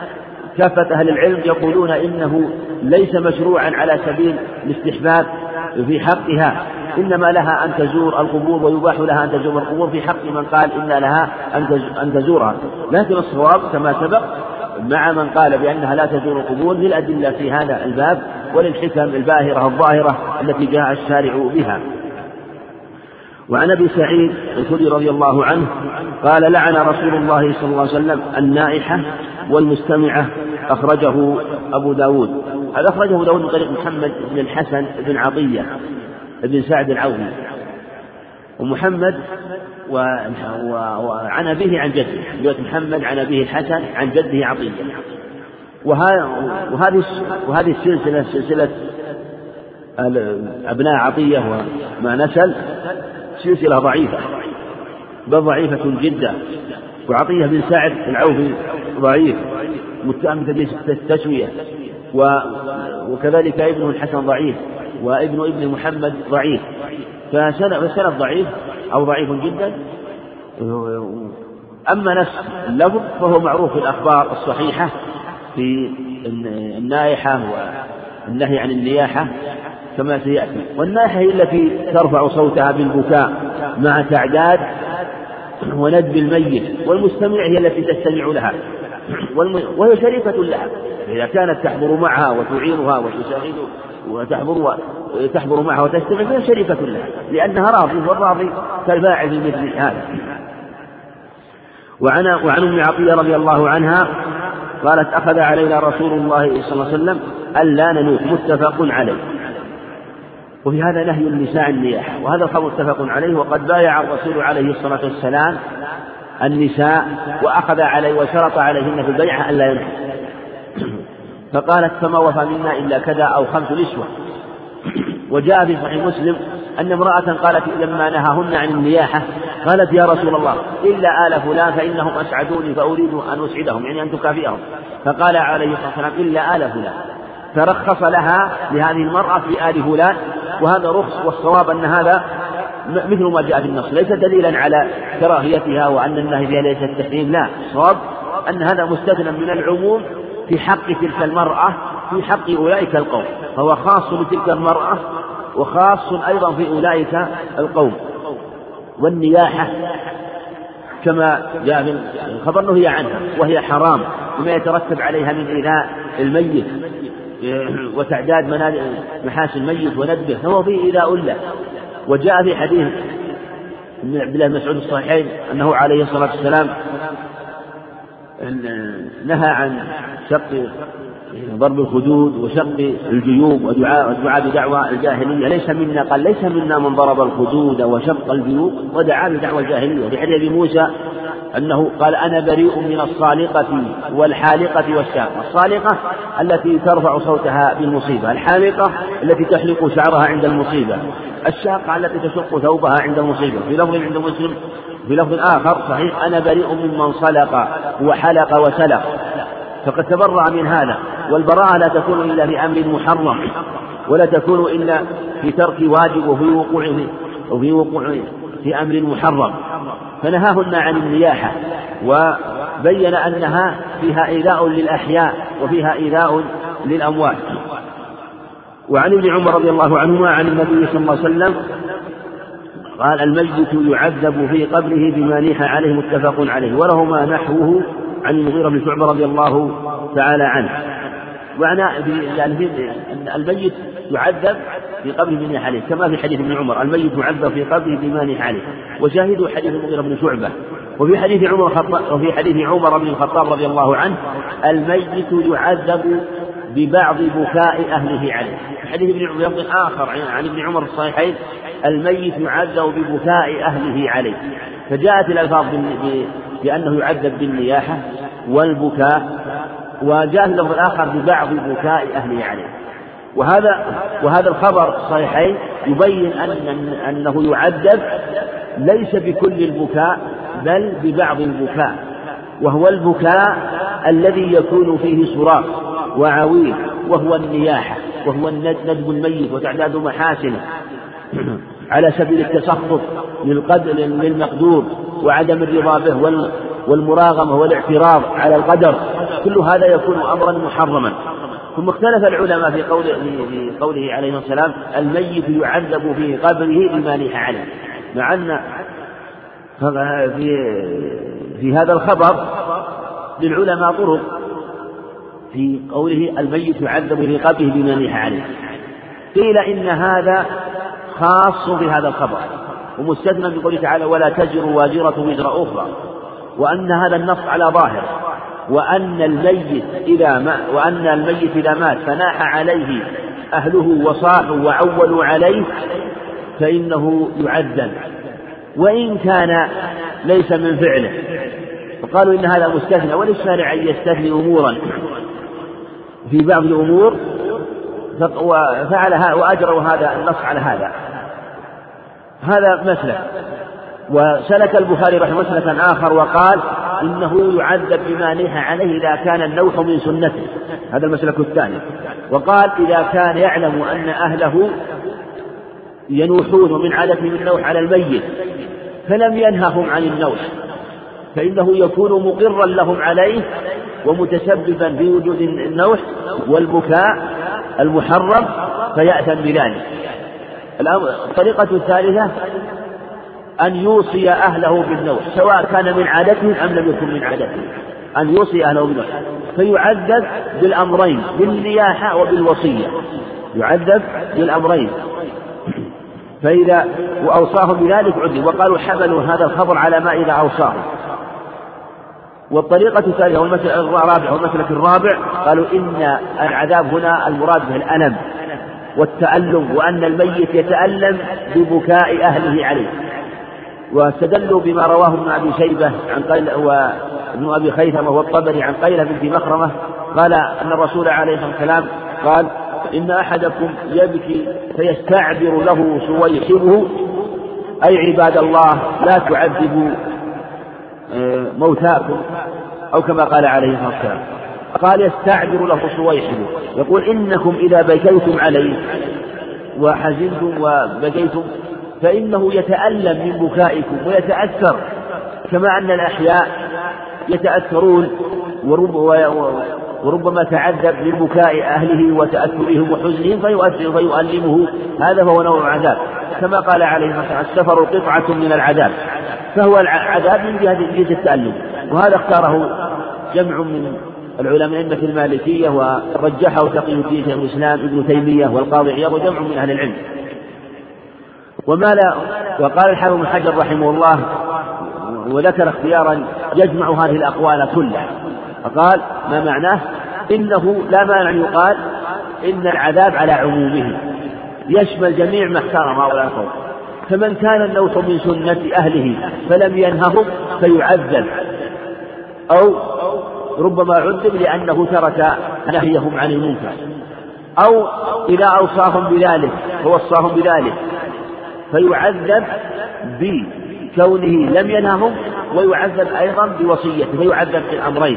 كافة أهل العلم يقولون إنه ليس مشروعا على سبيل الاستحباب في حقها، إنما لها أن تزور القبور، ويباح لها أن تزور القبور في حق من قال إن لها أن تزورها. لكن الصواب كما سبق مع من قال بأنها لا تزور القبور للأدلة في هذا الباب وللحكم الباهرة الظاهرة التي جاء الشارع بها. وعن أبي سعيد الخدري رضي الله عنه قال لعن رسول الله صلى الله عليه وسلم النائحة والمستمعة، أخرجه أبو داود. هذا أخرجه أبو داود من طريق محمد بن الحسن بن عطية بن سعد العوفي، ومحمد وعن أبيه عن جده، رواية محمد عن أبيه الحسن عن جده عطية. وهذه وهذه السلسلة سلسلة أبناء عطية وما نسل سلسلة ضعيفة، بل ضعيفة جدا. وعطية بن سعد العوفي ضعيف متهم بالتسوية، وكذلك ابنه الحسن ضعيف، وابن ابن محمد ضعيف، فسند ضعيف أو ضعيف جدا. أما نفس اللفظ فهو معروف في الأخبار الصحيحة في النائحة والنهي عن النياحة كما سيأتي. والنائحة هي التي ترفع صوتها بالبكاء مع تعداد وندب الميت، والمستمع هي التي تستمع لها وهي شريكة لها، إذا كانت تحضر معها وتعينها وتشاهد وتحضر وتحضر معها وتستمع فهي شريكة لها لأنها راضي، والراضي كالفاعل في مثل هذا. وعن وعن أم عطية رضي الله عنها قالت أخذ علينا رسول الله صلى الله عليه وسلم ألا ننوح، متفق عليه. وفي هذا نهي النساء النياحة، وهذا الخبر متفق عليه. وقد بايع الرسول عليه الصلاة والسلام النساء وأخذ عليه وشرط عليهن في البيعة ألا ينحن، فقالت فما وفى منا إلا كذا أو خمس نسوة. وجاء في صحيح مسلم أن امرأة قالت لما نهاهن عن النياحة قالت يا رسول الله إلا آل فلان فإنهم أسعدوني فأريد أن أسعدهم، يعني أن تكافئهم. فقال عليه الصلاة والسلام إلا آل فلان، فرخص لها لهذه المرأة في آل فلان، وهذا رخص. والصواب أن هذا مثل ما جاء في النص، ليس دليلا على كراهيتها وأن النهي فيها ليس التحريم، لا، الصواب أن هذا مستثنى من العموم في حق تلك المرأة في حق أولئك القوم، فهو خاص بتلك المرأة وخاص أيضا في أولئك القوم. والنياحة كما جاء في الخبر نهي عنها، وهي حرام بما يترتب عليها من إيذاء الميت وتعداد محاسن الميت وندبه، فهو فيه إيذاء له. وجاء في حديث من عبد الله بن مسعود الصحيحين أنه عليه الصلاة والسلام نهى عن شق ضرب الخدود وشق الجيوب ودعاء ودعاء بدعوى الجاهلية، ليس منا، قال ليس منا من ضرب الخدود وشق الجيوب ودعا بدعوى الجاهلية. في حديث موسى أنه قال أنا بريء من الصالقة والحالقة والشاقة. الصالقة التي ترفع صوتها بالمصيبة، الحالقة التي تحلق شعرها عند المصيبة، الشاقة التي تشق ثوبها عند المصيبة. في لفظ عند مسلم في لفظ آخر صحيح أنا بريء ممن صلق وحلق وسلق، فقد تبرأ من هذا. والبراءة لا تكون إلا في أمر محرم، ولا تكون إلا في ترك واجب وفي وقوع وفي وقوع في أمر محرم. فنهاهن عن النياحة وبين أنها فيها إيذاء للأحياء وفيها إيذاء للأموات. وعن ابن عمر رضي الله عنهما عن النبي صلى الله عليه وسلم قال الميت يعذب في قبره بما نيح عليه، متفق عليه. ولهما نحوه عن المغيرة بن شعبة رضي الله تعالى عنه. وعنى يعني الميت يعذب في قبره بما نيح عليه كما في حديث ابن عمر الميت يعذب في قبره بما نيح عليه، وشاهدوا حديث المغيرة بن شعبة. وفي حديث عمر وفي حديث عمر بن الخطاب رضي الله عنه الميت يعذب ببعض بكاء أهله عليه. في حديث ابن عمر آخر عن ابن عمر الصحيحين الميت يعذب ببكاء أهله عليه. فجاءت الألفاظ بأنه يعذب بالنياحة والبكاء، وجاء اللفظ الآخر ببعض بكاء أهله عليه. وهذا وهذا الخبر الصحيحين يبين أن أنه يعذب ليس بكل البكاء بل ببعض البكاء، وهو البكاء الذي يكون فيه صراخ وعويل، وهو النياحة، وهو ندب الميت وتعداد محاسنه على سبيل التسخط للمقدور وعدم الرضا به والمراغمة والاعتراض على القدر، كل هذا يكون أمرا محرما. ثم اختلف العلماء في قوله, في قوله عليه السلام الميت يعذب في قبره بما نيح عليه، مع أن في, في هذا الخبر للعلماء طرق في قوله الميت يعذب برقابه بما نيح عليه. قيل إن هذا خاص بهذا الخبر ومستثنى من قوله تعالى ولا تزر واجرة وزر أخرى، وأن هذا النص على ظاهر، وأن الميت إذا ما وأن الميت إذا مات فناح عليه أهله وصاحوا وعولوا عليه فإنه يعذب وإن كان ليس من فعله. وقالوا إن هذا مستثنى، وللشارع أن يستثني أمورا في بعض الأمور وفعل وأجروا هذا النص على هذا. هذا مسلك. وسلك البخاري رحمه الله مسلكا آخر وقال إنه يعذب بما نيح عليه إذا كان النوح من سنته، هذا المسلك الثاني. وقال إذا كان يعلم أن أهله ينوحون من عادتهم النوح على الميت فلم ينههم عن النوح فإنه يكون مقرا لهم عليه ومتسببا في وجود النوح والبكاء المحرم فيأثم بذلك. الطريقة الثالثة أن يوصي أهله بالنوح سواء كان من عادتهم أم لم يكن من عادتهم، أن يوصي أهله بالنوح فيعذب بالأمرين بالنياحة وبالوصية، يعذب بالأمرين. فإذا وأوصاهم بذلك عذب. وقالوا حملوا هذا الخبر على ما إذا أوصاهم. والطريقة الثالثة والمسلك الرابع والمسلك الرابع قالوا إن العذاب هنا المراد به الألم والتألم، وأن الميت يتألم ببكاء أهله عليه. واستدلوا بما رواه ابن أبي شيبة عن قيل وابن أبي خيثمة والطبري عن قيلة بنت مخرمة قال أن الرسول عليه الصلاة والسلام قال إن أحدكم يبكي فيستعبر له سويحبه، أي عباد الله لا تعذبوا موتاكم، أو كما قال عليه الصلاة والسلام. قال يستعبر له سويحبه، يقول إنكم إذا بكيتم عليه وحزنتم وبكيتم فإنه يتألم من بكائكم ويتأثر كما أن الأحياء يتأثرون وربما تعذب من بكاء أهله وتأثرهم وحزنهم فيؤثر فيؤلمه. هذا هو نوع عذاب كما قال عليه الصلاة والسلام السفر قطعة من العذاب، فهو العذاب من جهة التألم. وهذا اختاره جمع من العلماء مثل المالكية ورجحه تقي الدين شيخ الإسلام ابن تيمية والقاضي عياض وجمع من أهل العلم. وما لا وقال الحافظ بن حجر رحمه الله وذكر اختيارا يجمع هذه الأقوال كلها، فقال ما معناه إنه لا مانع أن يقال إن العذاب على عمومه يشمل جميع ما اختار هؤلاء القوم. فمن كان النوح من سنة أهله فلم ينههم فيعذب، أو ربما عذب لأنه ترك نهيهم عن المنكر، أو إذا أوصاهم بذلك ووصاهم بذلك فيعذب بكونه لم ينههم، ويعذب أيضا بوصيته فيعذب في الأمرين.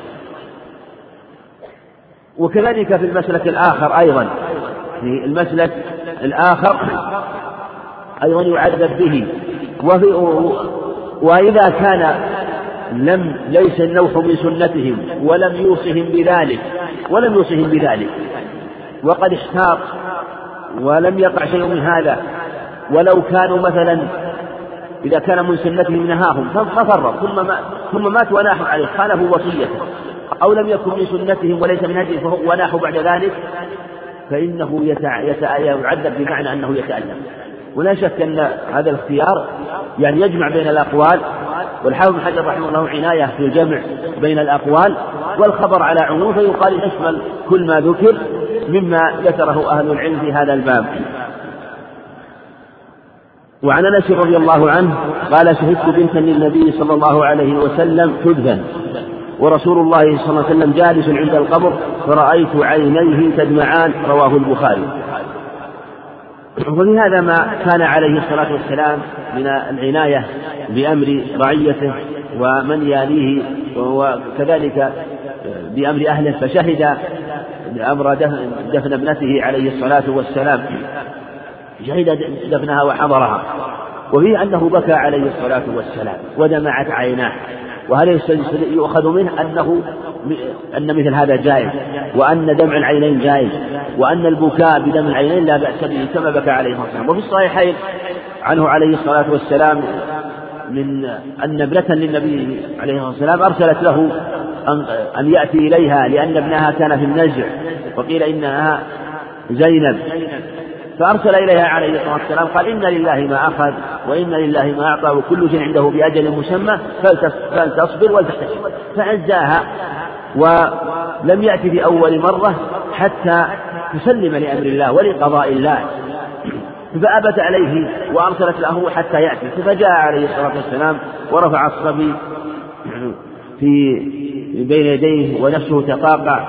وكذلك في المسلك الآخر أيضا في المسلك الآخر أيضا يعذب به. وفي وإذا كان لم ليس النوح من سنتهم ولم يوصهم بذلك ولم يوصهم بذلك وقد احتاط ولم يقع شيء من هذا، ولو كانوا مثلا إذا كان من سنتهم نهاهم ففرط ثم ما ثم مات وناحوا عليه خالفوا وصيته، أو لم يكن من سنتهم وليس من هديه وناحوا بعد ذلك فإنه يتع... يتع... يعذب بمعنى أنه يتألم. ولا شك أن هذا الاختيار يعني يجمع بين الأقوال، والحافظ بن حجر رحمه الله عناية في الجمع بين الأقوال والخبر على عموم، فيقال يشمل كل ما ذكر مما ذكره أهل العلم في هذا الباب. وعن أنس رضي الله عنه قال شهدت بنتا للنبي صلى الله عليه وسلم تدفن ورسول الله صلى الله عليه وسلم جالس عند القبر فرأيت عينيه تدمعان، رواه البخاري. وفي هذا ما كان عليه الصلاة والسلام من العناية بأمر رعيته ومن ياليه، وكذلك بأمر أهله، فشهد أمر دفن ابنته عليه الصلاة والسلام، شهد دفنها وحضرها. وفيه أنه بكى عليه الصلاة والسلام ودمعت عيناه. وهذا يؤخذ منه أنه أن مثل هذا جائز، وأن دمع العينين جائز، وأن البكاء بدمع العينين لا بأس به كما بكى عليه الصلاة والسلام. وفي الصحيحين عنه عليه الصلاة والسلام من أن ابنة للنبي عليه الصلاة والسلام أرسلت له أن يأتي إليها لأن ابنها كان في النزع، وقيل إنها زينب، فأرسل إليها عليه الصلاة والسلام قال إن لله ما أخذ وإن لله ما أعطى وكل شيء عنده بأجل مسمى فلتصبر ولتحتسب، فعزاها ولم يأتي في أول مرة حتى تسلم لأمر الله ولقضاء الله، فأبت عليه وأرسلت له حتى يأتي، فجاء عليه الصلاة والسلام ورفع الصبي في بين يديه ونفسه تقاقع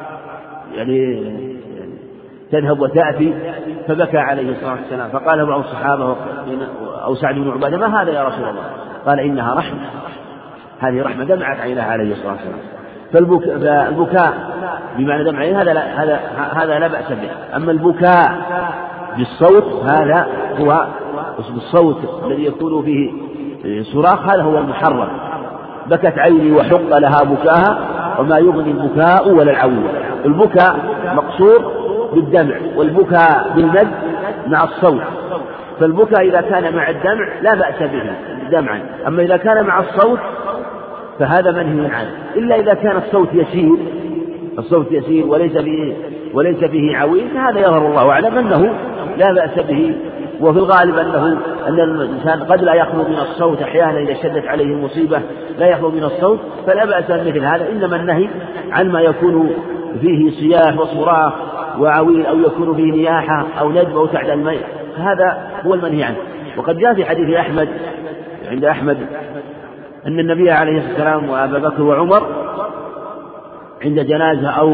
يعني تذهب وتأتي، فبكى عليه الصلاة والسلام، فقال بعض الصحابة أو سعد بن عبادة ما هذا يا رسول الله؟ قال إنها رحمة، هذه رحمة دمعت عينها عليه الصلاة والسلام. فالبكاء بمعنى دمع عينها هذا لا, هذا هذا لا بأس به، أما البكاء بالصوت هذا هو بالصوت الذي يكون فيه صراخ هذا هو المحرم. بكت عيني وحق لها بكاها وما يغني البكاء ولا العون. البكاء مقصور بالدمع والبكاء بالمد مع الصوت، فالبكاء إذا كان مع الدمع لا بأس به دمعا، أما إذا كان مع الصوت فهذا منهي عنه، إلا إذا كان الصوت يسير الصوت يسير وليس به وليس به عويل، فهذا يظهر الله أعلم أنه لا بأس به. وفي الغالب أنه أن الإنسان قد لا يخلو من الصوت أحيانا إذا شدت عليه المصيبة لا يخلو من الصوت، فلا بأس مثل هذا، إنما النهي عن ما يكون فيه صياح وصراخ وعويل أو يكون فيه نياحة أو ندب أو تعدى الماء، هذا هو المنهي عنه. وقد جاء في حديث أحمد عند أحمد أن النبي عليه الصلاة والسلام وأبا بكر وعمر عند جنازة أو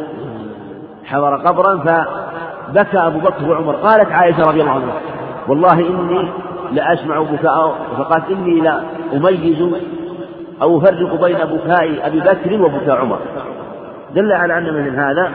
حضر قبرا فبكى أبو بكر وعمر، قالت عائشة رضي الله عنها والله إني لأسمع بكاء، فقالت إني لا أميز أو أفرق بين بكاء أبي بكر وبكاء عمر، دل على أن مثل هذا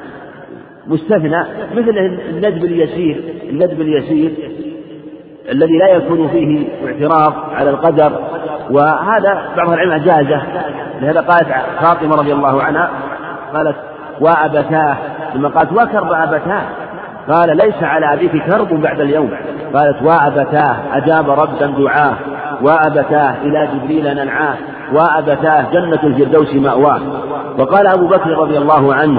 مستثنى، مثل الندب اليسير الندب اليسير الذي لا يكون فيه اعتراض على القدر، وهذا بعض العلماء جازه. لهذا قالت فاطمة رضي الله عنها قالت وأبتاه، لما قالت وكرب أبتاه قال ليس على أبيك كرب بعد اليوم، قالت وأبتاه أجاب ربا دعاه، وأبتاه إلى جبريل ننعاه، وأبتاه جنة الفردوس مأواه. وقال أبو بكر رضي الله عنه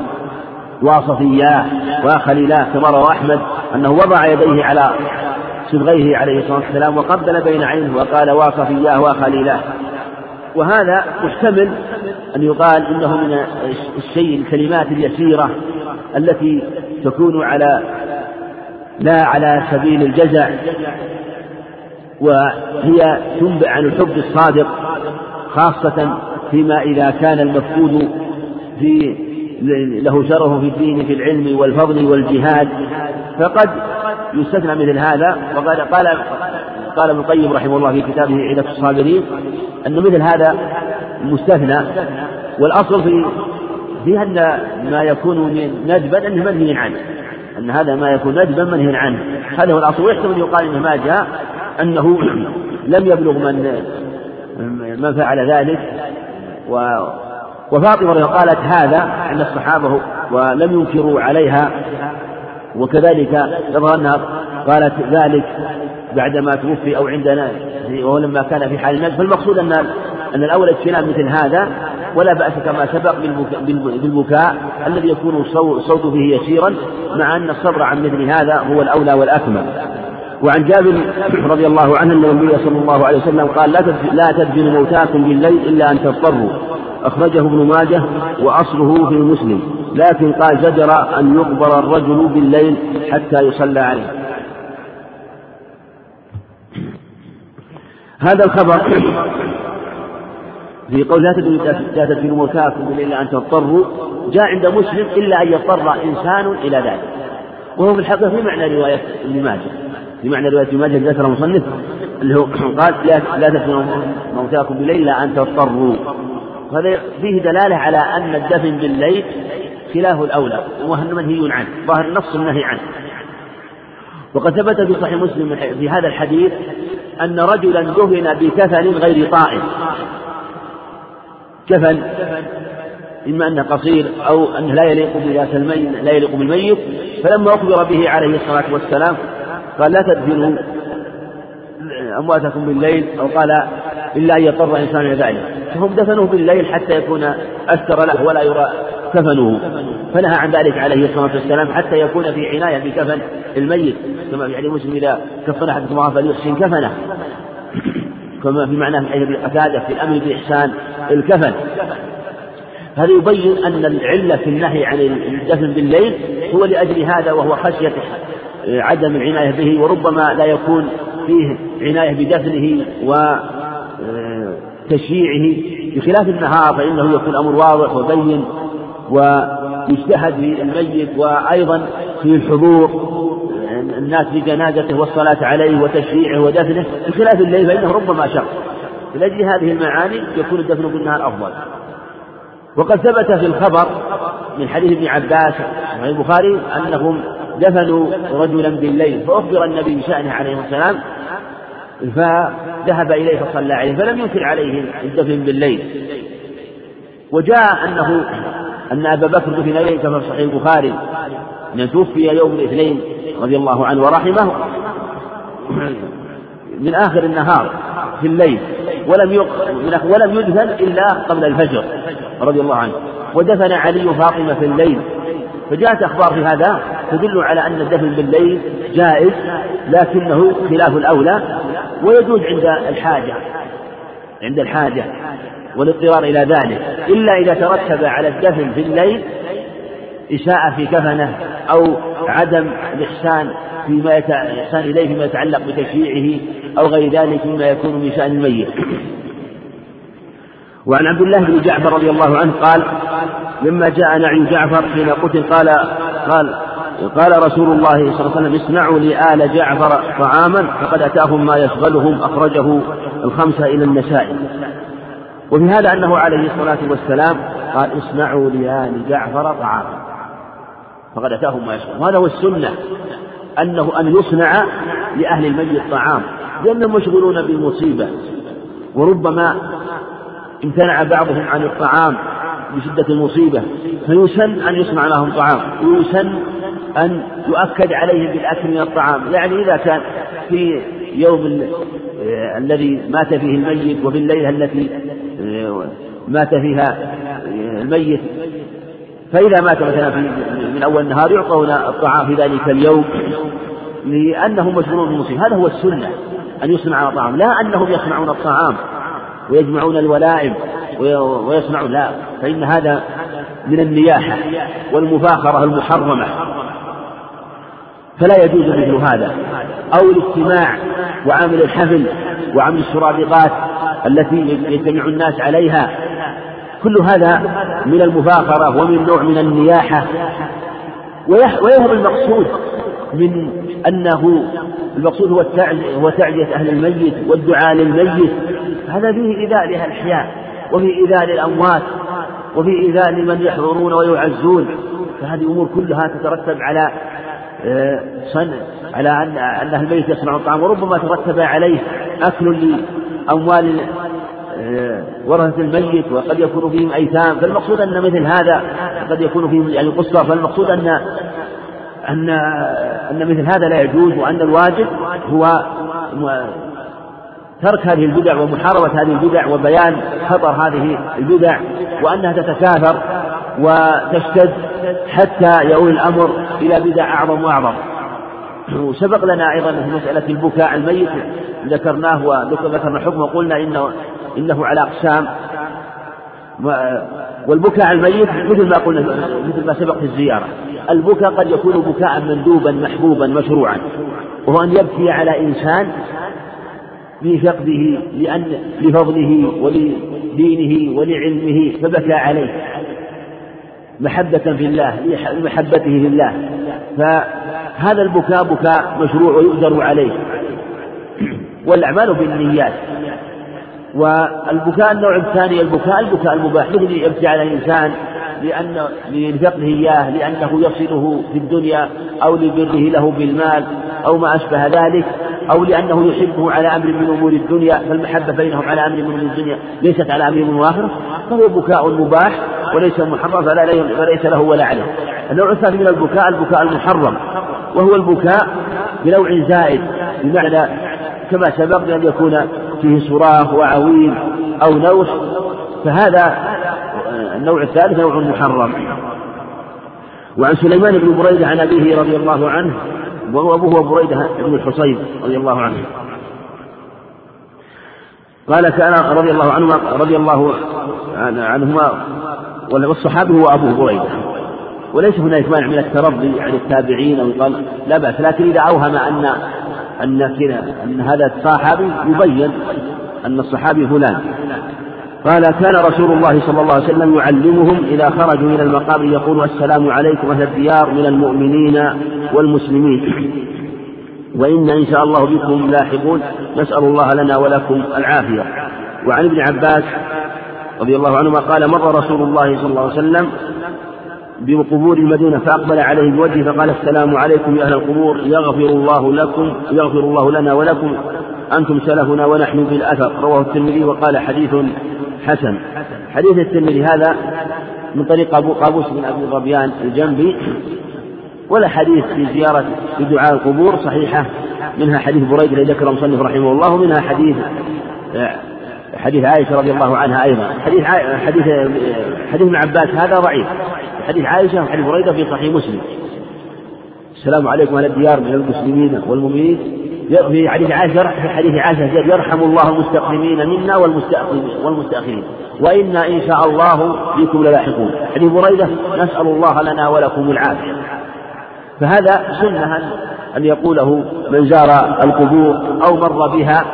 وصفياه وخليلاه كما روى أحمد أنه وضع يديه على صدغيه عليه الصلاة والسلام وقبل بين عينه وقال وصفياه وخليلاه. وهذا محتمل أن يقال إنه من الشيء الكلمات اليسيرة التي تكون على لا على سبيل الجزع، وهي تنبئ عن الحب الصادق، خاصة فيما إذا كان المفقود في له شرف في الدين في العلم والفضل والجهاد، فقد يستثنى مثل هذا. وقال قال قال ابن القيم رحمه الله في كتابه عدة الصابرين أن مثل هذا مستثنى، والأصل في في أن ما يكون ندبا أنه منهي عنه، أن هذا ما يكون ندبا منهي عنه، هذا هو الأصل. ويحتمل يقال إنه ما جاء أنه لم يبلغ من من فعل ذلك. وفاطمة قالت هذا عند الصحابة ولم ينكروا عليها، وكذلك يظهر أنها قالت ذلك بعدما توفي أو عندنا وهو لما كان في حال النجم. فالمقصود أن أن الأول اجتناب مثل هذا، ولا بأس كما سبق بالبكاء الذي يكون الصوت فيه يسيرا، مع أن الصبر عن مثل هذا هو الأولى والأكمل. وعن جابر رضي الله عنه أن النبي صلى الله عليه وسلم قال لا تدفنوا موتاكم بالليل إلا أن تضطروا، أخرجه ابن ماجه وأصله في مسلم، لكن قال زجر أن يقبر الرجل بالليل حتى يصلى عليه. هذا الخبر في قول لا تدفنوا موتاكم بالليل إلا أن تضطروا جاء عند مسلم إلا أن يضطر إنسان إلى ذلك، وهو في الحقيقة في معنى رواية ابن ماجه، في معنى رواية ابن ماجه ذكر المصنف اللي هو قال لا تدفنوا موتاكم بالليل إلا أن تضطروا. هذا فيه دلالة على أن الدفن بالليل خلاف الأولى وهو منهي عنه، ظاهر النص النهي عنه. وقد ثبت في صحيح مسلم في هذا الحديث أن رجلا دفن بكفن غير طائل، كفن إما أنه قصير أو أنه لا يليق بذات الميت لا يليق بالميت، فلما أخبر به عليه الصلاة والسلام قال لا تدفنوا أمواتكم بالليل، أو قال إلا أن يضطر إنسان إلى ذلك، فهم دفنوه بالليل حتى يكون أستر له ولا يرى كفنه، فنهى عن ذلك عليه الصلاة والسلام حتى يكون في عناية بكفن الميت، كما في حديث مسلم إذا كفن أحدكم فليحسن كفنه، كما في معناه من حديث قتادة في الأمر بإحسان الكفن. هذا يبين أن العلة في النهي عن الدفن بالليل هو لأجل هذا، وهو خشية عدم العناية به، وربما لا يكون فيه عناية بدفنه وتشييعه، بخلاف النهار فإنه يكون الأمر واضح وبين ويجتهد في الميت، وأيضا في الحضور الناس بجنازته والصلاة عليه وتشييعه ودفنه، بخلاف الليل فإنه ربما شق. لأجل هذه المعاني يكون الدفن بالنهار أفضل. وقد ثبت في الخبر من حديث ابن عباس في البخاري أنهم دفنوا رجلا بالليل، فأخبر النبي بشأنه عليه السلام فذهب إليه فصلى عليه، فلم ينكر عليه الدفن بالليل. وجاء أنه أن أبا بكر دفن إليه كما في صحيح البخاري أن توفي يوم الاثنين رضي الله عنه ورحمه من آخر النهار في الليل، ولم ولم يدفن إلا قبل الفجر رضي الله عنه، ودفن علي وفاطمة في الليل. فجاءت أخبار في هذا تدل على أن الدفن بالليل جائز، لكنه خلاف الأولى، ويجوز عند الحاجة عند الحاجة والاضطرار إلى ذلك، إلا إذا ترتب على الدفن في الليل إساءة في كفنه أو عدم الإحسان فيما يحسن إليه فيما يتعلق بتشييعه أو غير ذلك مما يكون من شأن الميت. وعن عبد الله بن جعفر رضي الله عنه قال: لما جاء نعي جعفر حين قتل قال قال قال رسول الله صلى الله عليه وسلم: اصنعوا لآل جعفر طعاما فقد أتاهم ما يشغلهم. أخرجه الخمسة إلى النسائي. وفي هذا أنه عليه الصلاة والسلام قال: اصنعوا لآل جعفر طعاما فقد أتاهم ما يشغلهم. وهذا هو السنة، أنه أن يصنع لأهل الميت طعام، لأنهم مشغولون بالمصيبة، وربما امتنع بعضهم عن الطعام بشدة المصيبة، فيسن أن يصنع لهم طعام، ويسن أن يؤكد عليهم بالأكل من الطعام. يعني إذا كان في يوم الذي مات فيه الميت وفي الليلة التي مات فيها الميت، فإذا مات مثلا من أول النهار يعطون الطعام في ذلك اليوم لأنهم مشغولون بالمصيبة. هذا هو السنة، أن يصنع الطعام، لا أنهم يصنعون الطعام ويجمعون الولائم ويصنعون، لا، فإن هذا من النياحة والمفاخرة المحرمة، فلا يجوز مثل هذا. أو الاجتماع وعامل الحفل وعامل السرادقات التي يجتمع الناس عليها، كل هذا من المفاخرة ومن نوع من النياحة. ويظهر المقصود من أنه المقصود هو تعزية أهل الميت والدعاء للميت، هذا فيه إيذاء لأهل الأحياء، وفيه إيذاء للأموات، وفيه إيذاء لمن يحضرون ويعزون. فهذه أمور كلها تترتب على صنع على أن أن الميت يصنع الطعام، وربما ترتب عليه أكل لأموال ورثة الميت، وقد يكون فيهم أيتام. فالمقصود أن مثل هذا قد يكون فيهم يعني قصة، فالمقصود أن أن أن مثل هذا لا يجوز، وأن الواجب هو ترك هذه البدع ومحاربة هذه البدع وبيان خطر هذه البدع، وأنها تتكاثر وتشتد حتى يؤول الأمر إلى بدع أعظم وأعظم. وسبق لنا أيضا في مسألة البكاء على الميت ذكرناه وذكرنا حكمه وقلنا إنه إنه على أقسام، والبكاء على الميت مثل ما قلنا مثل ما سبق في الزيارة. البكاء قد يكون بكاء مندوبا محبوبا مشروعا، وهو أن يبكي على إنسان بفقده لأن لفضله ولدينه ولعلمه فبكى عليه محبة في الله لمحبته في الله، فهذا البكاء بكاء مشروع ويؤجر عليه. والأعمال بالنيات. والبكاء النوع الثاني البكاء البكاء المباح، مثل يبكي على الإنسان لأن لفقده إياه، لأنه يصله في الدنيا، أو لبره له بالمال، أو ما أشبه ذلك، أو لأنه يحبه على أمر من أمور الدنيا، فالمحبة بينهم على أمر من أمور الدنيا ليست على أمر من الآخرة، فهو بكاء مباح وليس محرم، فليس له ولا عليه. النوع الثاني من البكاء البكاء المحرم، وهو البكاء بنوع زائد، بمعنى كما سبق أن يكون فيه صراخ وعويل أو نوح فهذا النوع الثالث نوع محرم. وعن سليمان بن بريدة عن أبيه رضي الله عنه وأبوه بريدة بن الحصيب رضي الله عنه قال كان رضي الله عنهما رضي الله عنهما والصحابي هو أبوه بريدة، وليس هناك مانع من الترضي عن التابعين أو قال لا بأس، لكن إذا أوهم أن أن أن هذا الصحابي يبين أن الصحابي فلان. قال كان رسول الله صلى الله عليه وسلم يعلمهم إذا خرجوا من المقابر يقول السلام عليكم أهل الديار من المؤمنين والمسلمين وإن إن شاء الله بكم لاحقون نسأل الله لنا ولكم العافية. وعن ابن عباس رضي الله عنهما قال مر رسول الله صلى الله عليه وسلم بقبور المدينة فأقبل عليه بوجهه فقال السلام عليكم يا أهل القبور يغفر الله لكم يغفر الله لنا ولكم أنتم سلفنا ونحن بالأثر. رواه الترمذي وقال حديث حسن. حديث الترمذي هذا من طريق أبو قابوس بن أبي ظبيان الجنبي، ولا حديث في زيارة في دعاء القبور صحيحة، منها حديث بريدة الذي ذكره المصنف رحمه الله، ومنها حديث حديث عائشة رضي الله عنها أيضا. حديث حديث حديث ابن عباس هذا ضعيف، حديث عائشة وحديث بريدة في صحيح مسلم السلام عليكم أهل الديار من المسلمين والمؤمنين. في حديث عائشة في حديث عائشة يرحم الله المستقدمين منا والمستأخرين وإنا إن شاء الله بكم للاحقون. حديث بريدة نسأل الله لنا ولكم العافية. فهذا سنة أن يقوله من زار القبور أو مر بها،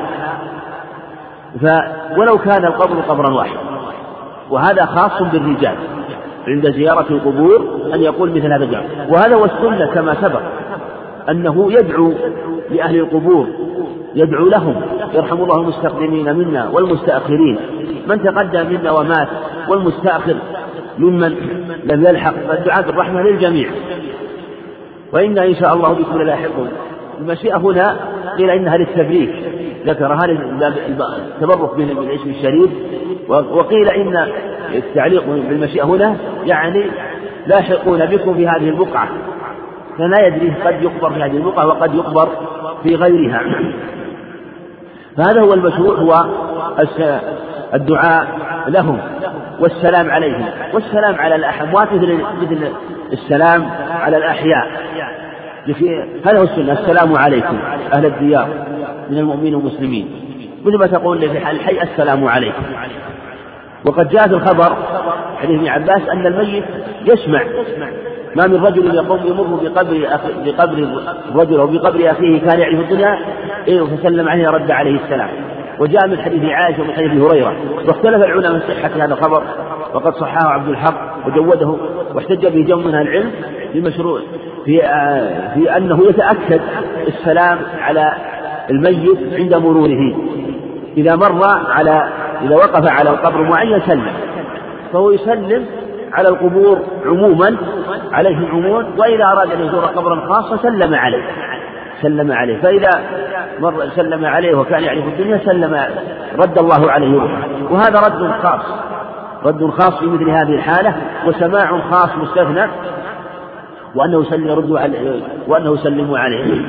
ولو كان القبر قبرا واحدا، وهذا خاص بالرجال عند زيارة القبور أن يقول مثل هذا الجواب. وهذا هو السنة كما سبق أنه يدعو لأهل القبور، يدعو لهم يرحم الله المستقدمين منا والمستأخرين، من تقدم منا ومات والمستأخر ممن لم يلحق، فالدعاء بالرحمة للجميع. وإنا إن شاء الله بكم لاحقون. المشيئة هنا قيل إنها للتبريك، ذكرها للتبرك بالاسم الشريف، وقيل إن التعليق بالمشيئة هنا يعني لاحقون بكم في هذه البقعة، فلا يدري قد يقبر في هذه البقعة وقد يقبر في غيرها. فهذا هو المشروع، هو الدعاء لهم والسلام عليهم، والسلام على الأموات مثل مثل السلام على الأحياء. هذا هو السنة، السلام عليكم أهل الديار من المؤمنين والمسلمين، مثل ما تقول في حال الحي السلام عليكم. وقد جاء في الخبر حديث ابن عباس أن الميت يسمع، ما من رجل يقوم يمر بقبر بقبر الرجل أو بقبر أخيه كان يعرف الدنيا فسلم عليه رد عليه السلام. وجاء من حديث عائشة ومن حديث هريرة. واختلف العلماء في صحة هذا الخبر، وقد صححه عبد الحق وجوده، واحتج به جمع من العلم بمشروع في في أنه يتأكد السلام على الميت عند مروره، إذا مر على إذا وقف على القبر معين سلم، فهو يسلم على القبور عموما عليه عموما، وإذا أراد أن يزور قبرا خاصا سلم عليه سلم عليه فإذا مر سلم عليه وكان يعرف الدنيا سلم رد الله عليه روحه. وهذا رد خاص رد خاص في مثل هذه الحالة، وسماع خاص مستثنى، وأنه سلم يرد عليه وأنه يسلم عليه.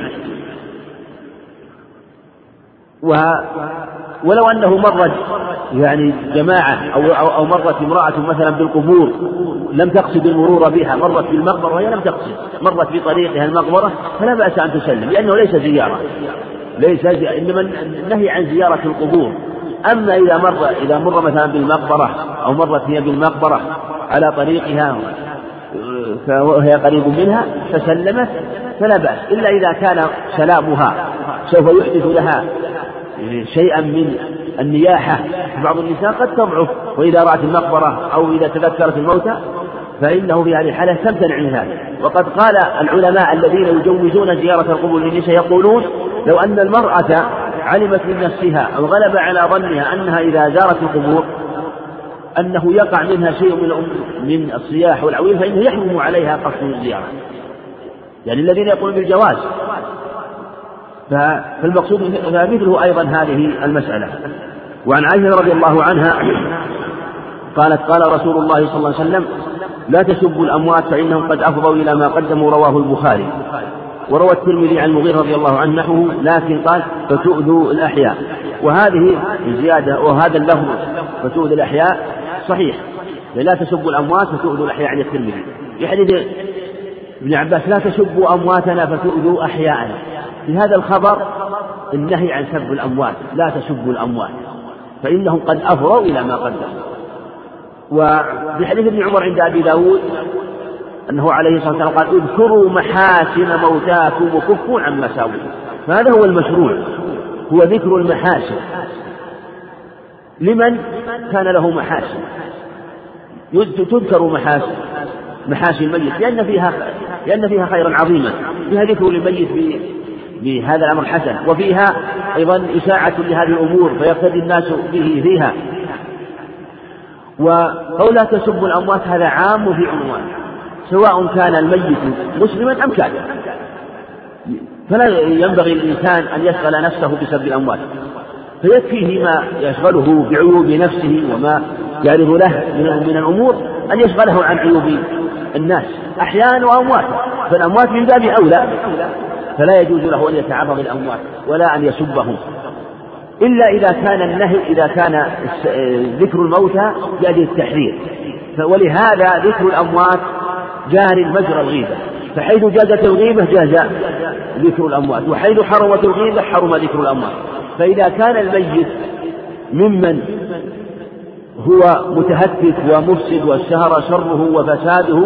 ولو أنه مرت يعني جماعة أو, أو, أو مرت امرأة مثلا بالقبور لم تقصد المرور بها، مرت بالمقبرة وهي لم تقصد، مرت في طريقها المقبرة، فلا بأس أن تسلم، لأنه ليس زيارة ليس زيارة إنما النهي عن زيارة القبور. أما إذا مر إذا مر مثلا بالمقبرة أو مرت هي بالمقبرة على طريقها وهي قريب منها فسلمت فلا بأس، إلا إذا كان سلامها سوف يحدث لها شيئا من النياحة. بعض النساء قد تضعف، وإذا رأت المقبرة أو إذا تذكرت الموتى فإنه في هذه الحالة تمتنع من هذا. وقد قال العلماء الذين يجوزون زيارة القبور للنساء يقولون لو أن المرأة علمت من نفسها أو غلب على ظنها أنها إذا زارت القبور أنه يقع منها شيء من من الصياح والعويل فإنه يحرم عليها قصد الزيارة، يعني الذين يقولون بالجواز. فالمقصود فمثله أيضا هذه المسألة. وعن عائشة رضي الله عنها قالت قال رسول الله صلى الله عليه وسلم لا تسبوا الأموات فإنهم قد أفضوا إلى ما قدموا. رواه البخاري. وروى الترمذي عن المغيرة رضي الله عنه نحوه، لكن قال فتؤذوا الأحياء. وهذه زيادة، وهذا اللفظ فتؤذوا الأحياء صحيح، لا تسبوا الأموات فتؤذوا الأحياء عن الترمذي. في حديث ابن عباس لا تسبوا أمواتنا فتؤذوا أحياءنا. في هذا الخبر النهي عن سب الأموات، لا تسبوا الأموات فإنهم قد أفضوا إلى ما قدموا. وفي حديث ابن عمر عند أبي داود أنه عليه الصلاة والسلام قال اذكروا محاسن موتاكم وكفوا عن مساوئكم. فهذا هو المشروع، هو ذكر المحاسن لمن كان له محاسن، تذكر محاسن محاسن الميت لأن فيها لأن فيها خيرا عظيما، فيها ذكر للميت بهذا الأمر حسن، وفيها أيضا إشاعة لهذه الأمور فيقتدي الناس به فيها. وقول لا تسبوا الأموات هذا عام في عنوان، سواء كان الميت مسلما أم كافرا، فلا ينبغي الإنسان أن يشغل نفسه بسب الأموات، فيكفيه ما يشغله بعيوب نفسه وما يعرض له من الأمور أن يشغله عن عيوب الناس أحيانا وأموات، فالأموات من باب أولى، فلا يجوز له أن يتعرض للأموات ولا أن يسبهم، إلا إذا كان النهي إذا كان ذكر الموتى بأجل التحذير. ولهذا ذكر الأموات جار مجرى الغيبة، فحيث جازت الغيبة جاز ذكر الأموات، وحيث حرمت الغيبة حرم ذكر الأموات. فإذا كان الميت ممن هو متهتك ومفسد واشتهر شره وفساده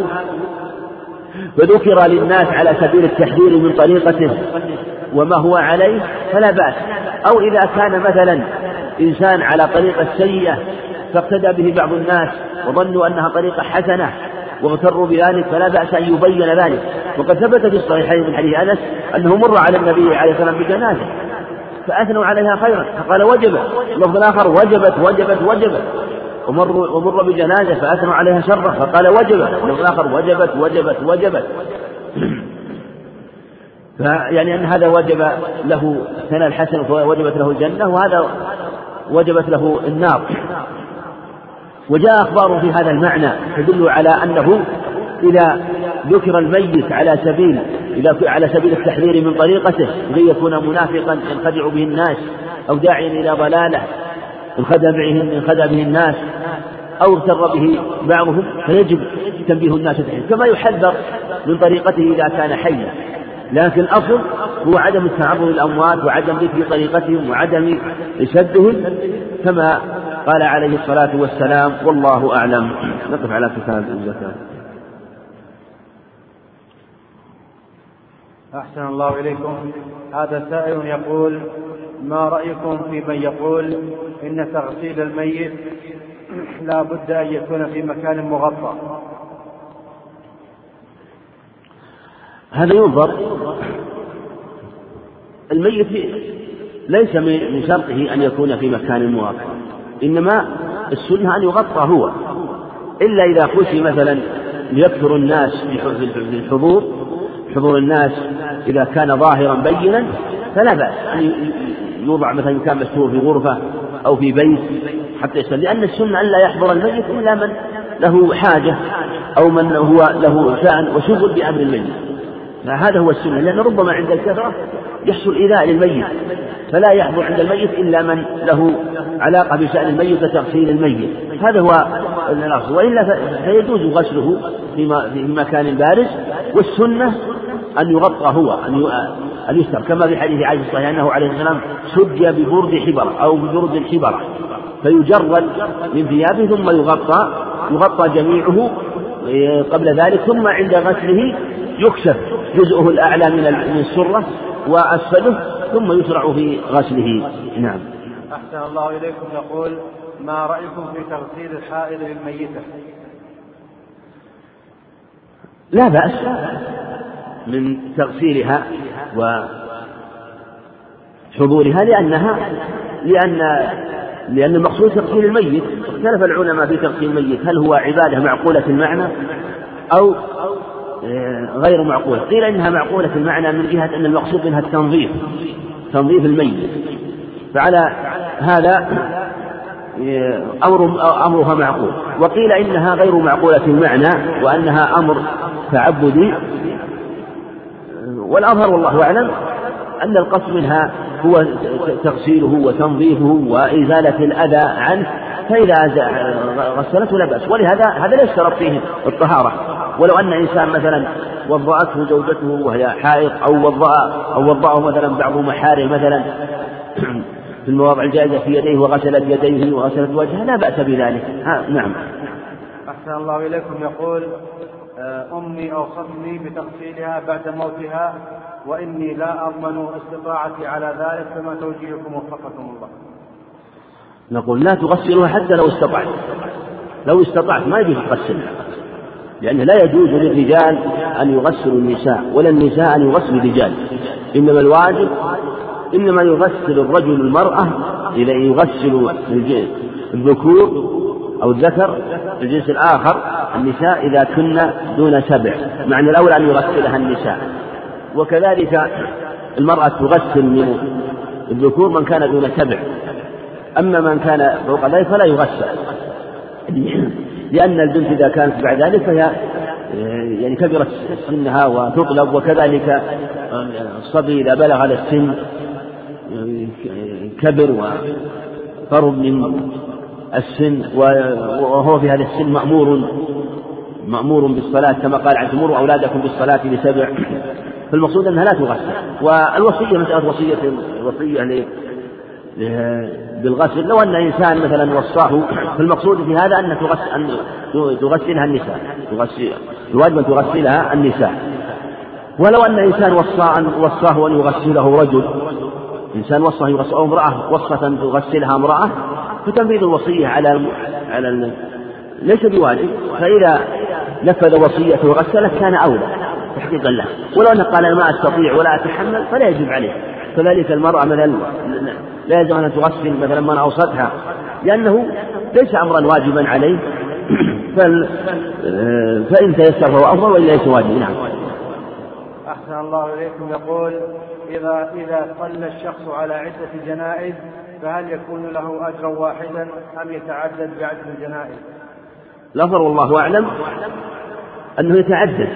فذكر للناس على سبيل التحذير من طريقته وما هو عليه فلا بأس. أو إذا كان مثلا إنسان على طريقة سيئة فاقتدى به بعض الناس وظنوا أنها طريقة حسنة واغتروا بذلك فلا بأس أن يبين ذلك. وقد ثبت في الصحيحين من حديث أنس أنه مر على النبي عليه الصلاة والسلام بجنازة فأثنوا عليها خيرا فقال وجبت، اللفظ الآخر وجبت وجبت وجبت، ومر, ومر بجنازة فأثنوا عليها شرا فقال وجبت، اللفظ الآخر وجبت وجبت وجبت فيعني أن هذا وجب له ثناء الحسن ووجبت له الجنة، وهذا وجبت له النار. وجاء أخبار في هذا المعنى تدل على أنه إذا ذكر الميت على سبيل إذا على سبيل التحذير من طريقته لكي يكون منافقا ينخدع به الناس أو داعيا إلى ضلاله انخدع به انخدع به الناس أو اغتر به بعضهم فيجب تنبيه الناس كما يحذر من طريقته إذا كان حيا. لكن الأصل هو عدم التعرض للأموات وعدم ذكر طريقتهم وعدم سدهم كما قال عليه الصلاة والسلام، والله أعلم. نقف على كتاب الزكاة. أحسن الله إليكم. هذا سائل يقول ما رأيكم في من يقول إن تغسيل الميت لا بد أن يكون في مكان مغطى؟ هذا ينظر، الميت ليس من شرطه أن يكون في مكان مغطى، إنما السنة أن يغطى هو، إلا إذا خشي مثلا ليكثر الناس في الحضور حضور الناس إذا كان ظاهرا بينا فلا بأس أن يوضع مثلا مكان مستور في غرفة أو في بيت حتى يصلي، لأن السنة أن لا يحضر الميت إلا من له حاجة أو من هو له شأن وشغل بأمر الميت، هذا هو السنة، لأن ربما عند الكثرة يحصل إيذاء للميت فلا يحضر عند الميت إلا من له علاقة بشأن الميت وتغسيل الميت، هذا هو الأصل، وإلا فيجوز غسله في مكان بارز، والسنة أن يغطى هو أن يستر كما في حديث عائشة الصحيح أنه عليه السلام سجي ببرد حبرة أو ببرد حبرة فيجرد من ثيابه ثم يغطى يغطى جميعه قبل ذلك، ثم عند غسله يكشف جزءه الأعلى من السرة وأسفله ثم يشرع في غسله. نعم. أحسن الله إليكم. يقول ما رأيكم في تغسيل الحائض للميتة؟ لا بأس من تغسيلها وحضورها لأنها لأن لأن المقصود تغسيل الميت. اختلف العلماء في تغسيل الميت هل هو عبادة معقولة المعنى أو غير معقولة. قيل إنها معقولة المعنى من جهة أن المقصود منها التنظيف تنظيف الميت، فعلى هذا أمر أمرها معقول. وقيل إنها غير معقولة المعنى وأنها أمر تعبدي، والأظهر والله أعلم أن القصد منها هو تغسيله وتنظيفه وإزالة الأذى عنه، فإذا غسلته لا بأس. ولهذا هذا لا يشترط فيه الطهارة. ولو أن إنسان مثلا وضعته زوجته وهي حائض أو وضع أو وضعه مثلا بعض محارم مثلا في المواضع الجائزة في يديه وغسلت يديه وغسلت وجهه لا بأس بذلك. نعم. أحسن الله إليكم. يقول أمي أوصتني بتغسيلها بعد موتها وإني لا أضمن استطاعتي على ذلك، فما توجيهكم وفقكم الله؟ نقول لا تغسلها حتى لو استطعت، لو استطعت ما يجوز تغسلها، لأنه لا يجوز للرجال أن يغسلوا النساء ولا النساء أن يغسلوا الرجال. إنما الواجب إنما يغسل الرجل المرأة إذا يغسل الذكور أو الذكر الجنس الآخر النساء إذا كن دون سبع، معنى الأول أن يغسلها النساء. وكذلك المرأة تغسل من الذكور من كان دون سبع، أما من كان فوق ذلك فلا يغسل، لأن البنت إذا كانت بعد ذلك فهي يعني كبرت سنها وتطلب، وكذلك الصبي إذا بلغ هذا السن كبر وقرب من السن وهو في هذا السن مأمور مأمور بالصلاة كما قال عز وجل أولادكم بالصلاة لسبع، فالمقصود أنها لا تغسل. والوصية مسألة وصية وصية بالغسل، لو أن إنسان مثلا وصاه، فالمقصود في هذا أن تغسل أن تغسلها النساء، تغسل الواجب أن تغسلها النساء. ولو أن إنسان وصاه وصاه أن يغسله رجل، إنسان وصاه يغسله امرأة وصفة تغسلها امرأة، فتنفيذ الوصية على على ليس بواجب، فإذا نفذ وصيته وغسله كان أولى تحقيقا له. ولو أنه قال ما أستطيع ولا أتحمل فلا يجب عليه. كذلك المرأة مثلا لا يجب أن تغسل مثلا من أوصتها، لأنه ليس أمرا واجبا عليه، فإن تيسر فهو أفضل وإلا ليس واجب. نعم. أحسن الله إليكم. يقول إذا إذا صلى الشخص على عدة جنائز فهل يكون له أجر واحدا أم يتعدد بعدد الجنائز؟ الأظهر والله أعلم أنه يتعدد.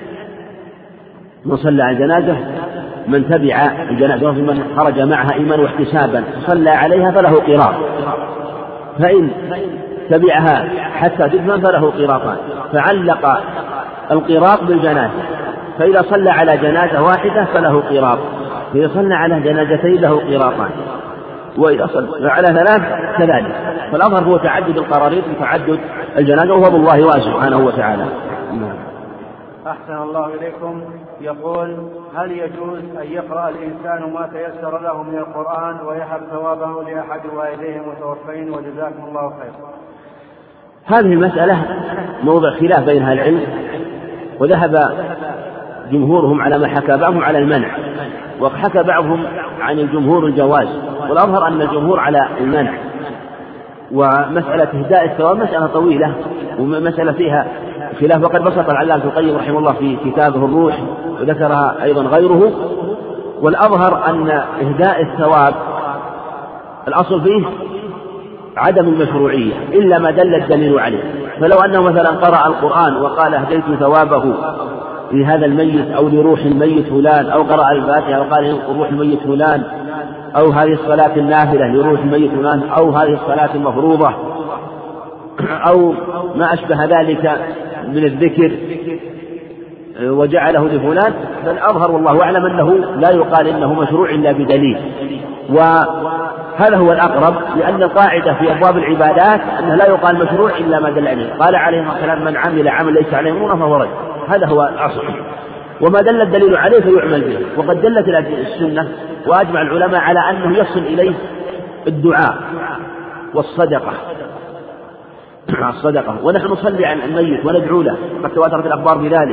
من صلى على الجنازة من تبع الجنازة من خرج معها إيمانا واحتسابا صلى عليها فله قراط، فإن تبعها حتى تدفن فله قراطان، فعلق القراط بالجنازة، فإذا صلى على جنازة واحدة فله قراط، فإذا صلى على جنازتين له قراطان، وإذا صلى على ثلاث كذلك. فالأظهر هو تعدد القراريط وتعدد الجنازة، وفضل الله واسع سبحانه وتعالى. أحسن الله إليكم. يقول هل يجوز أن يقرأ الإنسان ما تيسر له من القرآن ويهب ثوابه لأحد والديه المتوفين؟ وجزاكم الله خير. هذه المسألة موضع خلاف بين أهل العلم، وذهب جمهورهم على ما حكى بعضهم على المنع، وحكى بعضهم عن الجمهور الجواز، والأظهر أن الجمهور على المنع. ومسألة إهداء الثواب مسألة طويلة ومسألة فيها خلاف، وقد بسط العلامة ابن القيم رحمه الله في كتابه الروح وذكرها أيضا غيره. والأظهر أن إهداء الثواب الأصل فيه عدم المشروعية إلا ما دل الدليل عليه. فلو أنه مثلا قرأ القرآن وقال أهديت ثوابه لهذا الميت أو لروح الميت فلان، أو قرأ الفاتحة وقال روح الميت فلان، أو هذه الصلاة النافلة لروح الميت فلان، أو هذه الصلاة المفروضة، أو ما أشبه ذلك من الذكر وجعله لفلان، فالأظهر والله أعلم أنه لا يقال إنه مشروع إلا بدليل. وهذا هو الأقرب، لأن القاعدة في أبواب العبادات أنه لا يقال مشروع إلا ما دل عليه. قال عليه الصلاة والسلام من عمل عمل ليس عليه أمرنا فهو رد، هذا هو الأصل، وما دل الدليل عليه فيعمل به. وقد دلت السنة وأجمع العلماء على أنه يصل إليه الدعاء والصدقة الصدقة ونحن نصلي على الميت وندعو له، قد تواترت الأخبار بذلك،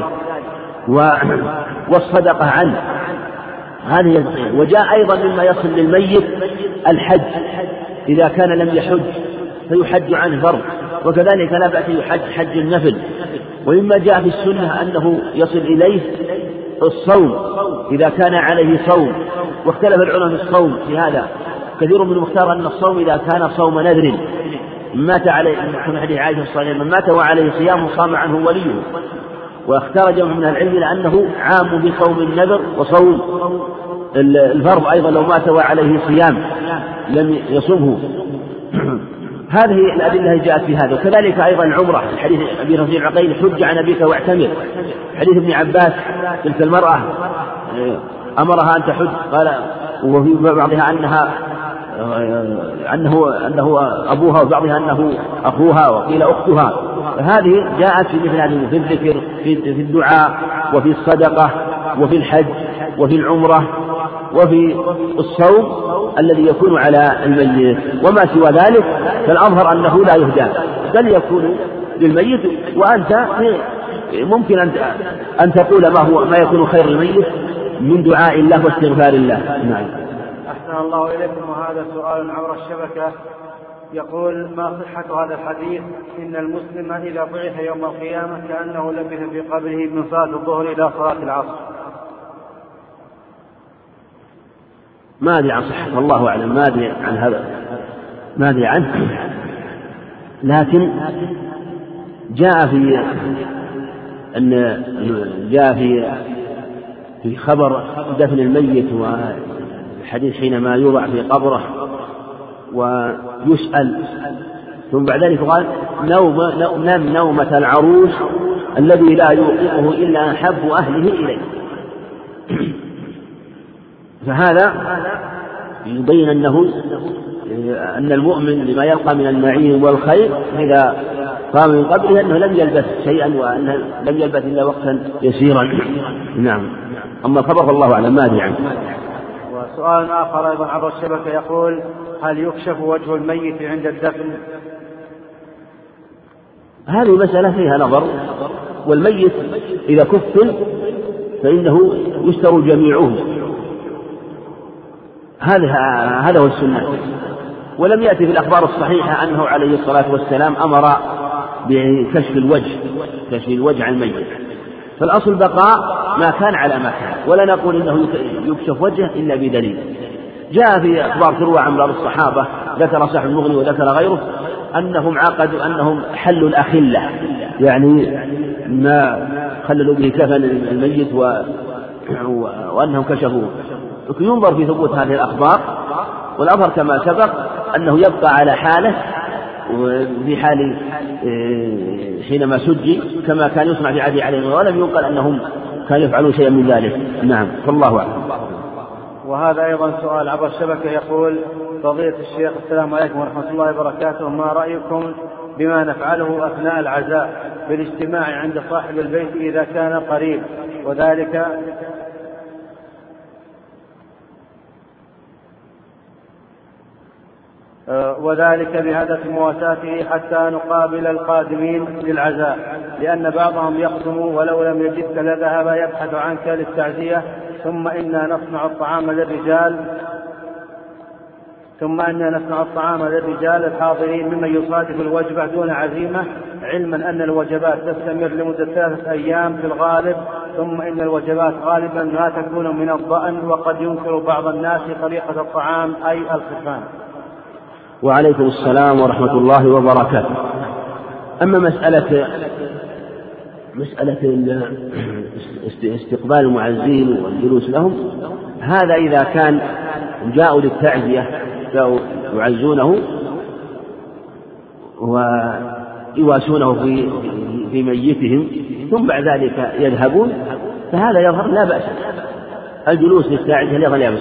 والصدقة عنه هذه. وجاء أيضا مما يصل للميت الحج، إذا كان لم يحج فيحج عنه فرض، وكذلك لا بأس يحج حج النفل. ومما جاء في السنة أنه يصل إليه الصوم إذا كان عليه صوم، واختلف العلماء في الصوم في هذا، كثير من المختار أن الصوم إذا كان صوم نذر مات عليه، من حديث عائشة الصحيح من مات وعليه صيام صام عنه وليه. واختار جمع من العلم لأنه عام بصوم النذر وصوم الفرض أيضا لو مات وعليه صيام لم يصومه. هذه الأدلة جاءت في هذا. وكذلك أيضا العمرة، حديث أبي رفيع العقيل حج عن أبيك واعتمر. حديث ابن عباس تلك المرأة أمرها أن تحج، قال وفي بعضها أنها أنه أنه أبوها وبعضها أنه أخوها وقيل أختها. هذه جاءت في مثل هذه، في الذكر في الدعاء وفي الصدقة وفي الحج وفي العمرة وفي الصوم الذي يكون على الميت. وما سوى ذلك فالأظهر أنه لا يهدى، بل يكون للميت. وأنت ممكن أن تقول ما هو ما يكون خير للميت من دعاء الله واستغفار الله. نعم. أحسن الله إليكم. وهذا سؤال عبر الشبكة يقول: ما صحة هذا الحديث إن المسلم إذا بعث يوم القيامة كأنه لبث في قبره من صلاة الظهر إلى صلاة العصر؟ ما أدري عن صحة، الله أعلم، ما أدري عن هذا، ما أدري عنه. لكن جاء في أن جاء في في خبر دفن الميت والحديث حينما يوضع في قبره ويسأل، ثم بعد ذلك قال: نوم نم نومة العروس الذي لا يوقظه إلا أحب أهله إليه. فهذا يبين أنه أن المؤمن لما يلقى من النعيم والخير إذا قام من قبره أنه لم يلبث شيئا، وأنه لم يلبث إلا وقتا يسيرا. نعم. أما الخبر فالله أعلم، ما أدري عنه. وسؤال آخر أيضا عبر الشبكة يقول: هل يكشف وجه الميت عند الدفن؟ هذه مسألة فيها نظر، والميت إذا كفن فإنه يستر جميعه، هذا هذا هو السنة. ولم يأتي في الأخبار الصحيحة أنه عليه الصلاة والسلام أمر بكشف الوجه كشف الوجه عن الميت. فالأصل بقاء ما كان على ما كان، ولا نقول إنه يكشف وجهه إلا بدليل. جاء في أخبار تروى عن بعض الصحابة، ذكر صاحب المغني وذكر غيره، أنهم عقدوا أنهم حلوا الأخلة، يعني ما خللوا به كفن الميت و... وأنهم كشفوه. ينظر في ثبوت هذه الأخبار، والأظهر كما سبق أنه يبقى على حاله في حال حينما سجي كما كان يصنع في عهد عليه، ولم ينقل أنهم كانوا يفعلون شيئا من ذلك. نعم، فالله أعلم. وهذا أيضا سؤال عبر الشبكة يقول: فضيلة الشيخ السلام عليكم ورحمة الله وبركاته، ما رأيكم بما نفعله أثناء العزاء بالاجتماع عند صاحب البيت إذا كان قريب، وذلك وذلك بهدف مواساته حتى نقابل القادمين للعزاء، لأن بعضهم يقدم ولو لم يجدك لذهب يبحث عنك للتعزية، ثم إنا نصنع الطعام للرجال ثم إنا نصنع الطعام للرجال الحاضرين ممن يصادف الوجبة دون عزيمة، علما أن الوجبات تستمر لمدة ثلاثة أيام في الغالب، ثم إن الوجبات غالبا ما تكون من الضأن، وقد ينكر بعض الناس طريقة الطعام أي الخفان. وعليكم السلام ورحمة الله وبركاته. أما مسألة مسألة استقبال المعزين والجلوس لهم، هذا إذا كان جاءوا للتعزية جاءوا يعزونه ويواسونه في في ميتهم ثم بعد ذلك يذهبون، فهذا يظهر لا بأس. الجلوس للتعزية يظهر لا بأس.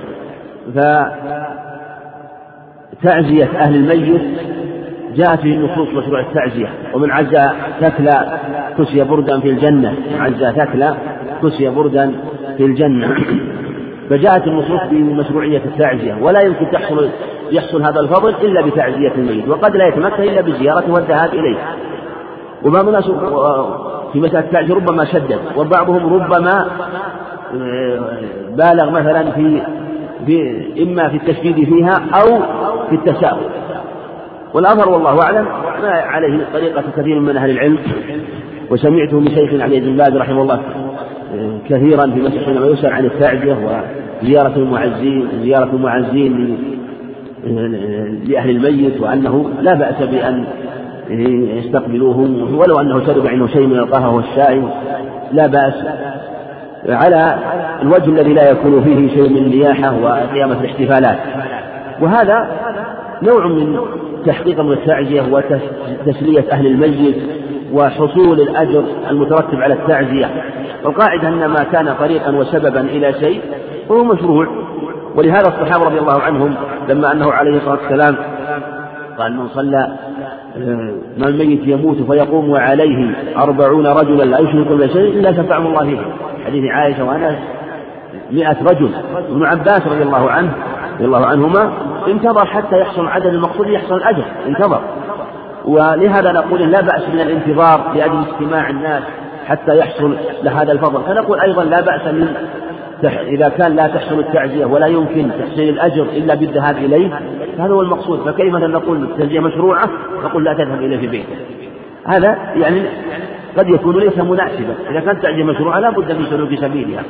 فتعزية أهل الميت جاءت في النصوص مشروع التعزية، ومن عزى ثكلى كسي بردا في الجنة، من عزى ثكلى كسي بردا في الجنة. فجاءت النصوص بمشروعية التعزية، ولا يمكن تحصل يحصل هذا الفضل إلا بتعزية الميت، وقد لا يتمكن إلا بزيارته والذهاب إليه. وبعض الناس في مسألة التعزية ربما شدد، وبعضهم ربما بالغ مثلا في, في إما في التشديد فيها أو في التساهل. والأظهر والله أعلم ما عليه طريقة كثير من أهل العلم، وسمعته من شيخ علي بن باز رحمه الله كثيرا في مسألة حينما يسأل عن التعزية وزيارة المعزين زيارة المعزين لأهل الميت، وأنه لا بأس بأن يستقبلوهم ولو أنه شرب عنه شيء من القهوة والشاي، لا بأس على الوجه الذي لا يكون فيه شيء من النياحة وقيامة الاحتفالات. وهذا نوع من تحقيق من التعزية وتسلية أهل الميت وحصول الأجر المترتب على التعزية. والقاعدة أن ما كان طريقا وسببا إلى شيء هو مشروع. ولهذا الصحابة رضي الله عنهم لما أنه عليه الصلاة والسلام قال من صلى ما الميت يموت فيقوم عليه أربعون رجلا لا يشركون بشيء إلا شفعهم الله فيه، حديث عائشة وأنس مئة رجل. ابن عباس رضي الله عنه رضي الله عنهما انتظر حتى يحصل عدد المقصود يحصل الأجر، انتظر. ولهذا نقول لا بأس من الانتظار لأجل استماع الناس حتى يحصل لهذا الفضل. فنقول أيضا لا بأس من إذا كان لا تحصل التعزية ولا يمكن تحصيل الأجر إلا بالذهاب إليه، هذا هو المقصود. فكيف نقول التعزية مشروعة نقول لا تذهب إليه في بيته؟ هذا يعني قد يكون ليس مناسبا. إذا كانت التعزية مشروعة لا بد من سلوك سبيلها.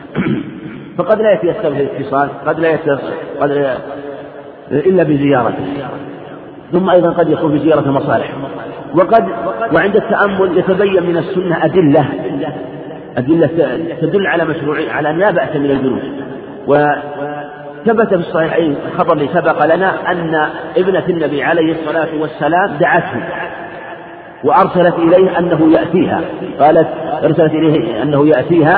فقد لا يتيسر الاتصال، قد لا يتيسر قد لا إلا بزيارته، ثم أيضا قد يكون بزيارة مصالح. وقد وعند التأمل يتبين من السنة أدلة أدلة تدل على مشروع على أن لا بأس من الجلوس. وثبت في الصحيحين الخبر اللي سبق لنا أن ابنة النبي عليه الصلاة والسلام دعته وأرسلت إليه أنه يأتيها، قالت أرسلت إليه أنه يأتيها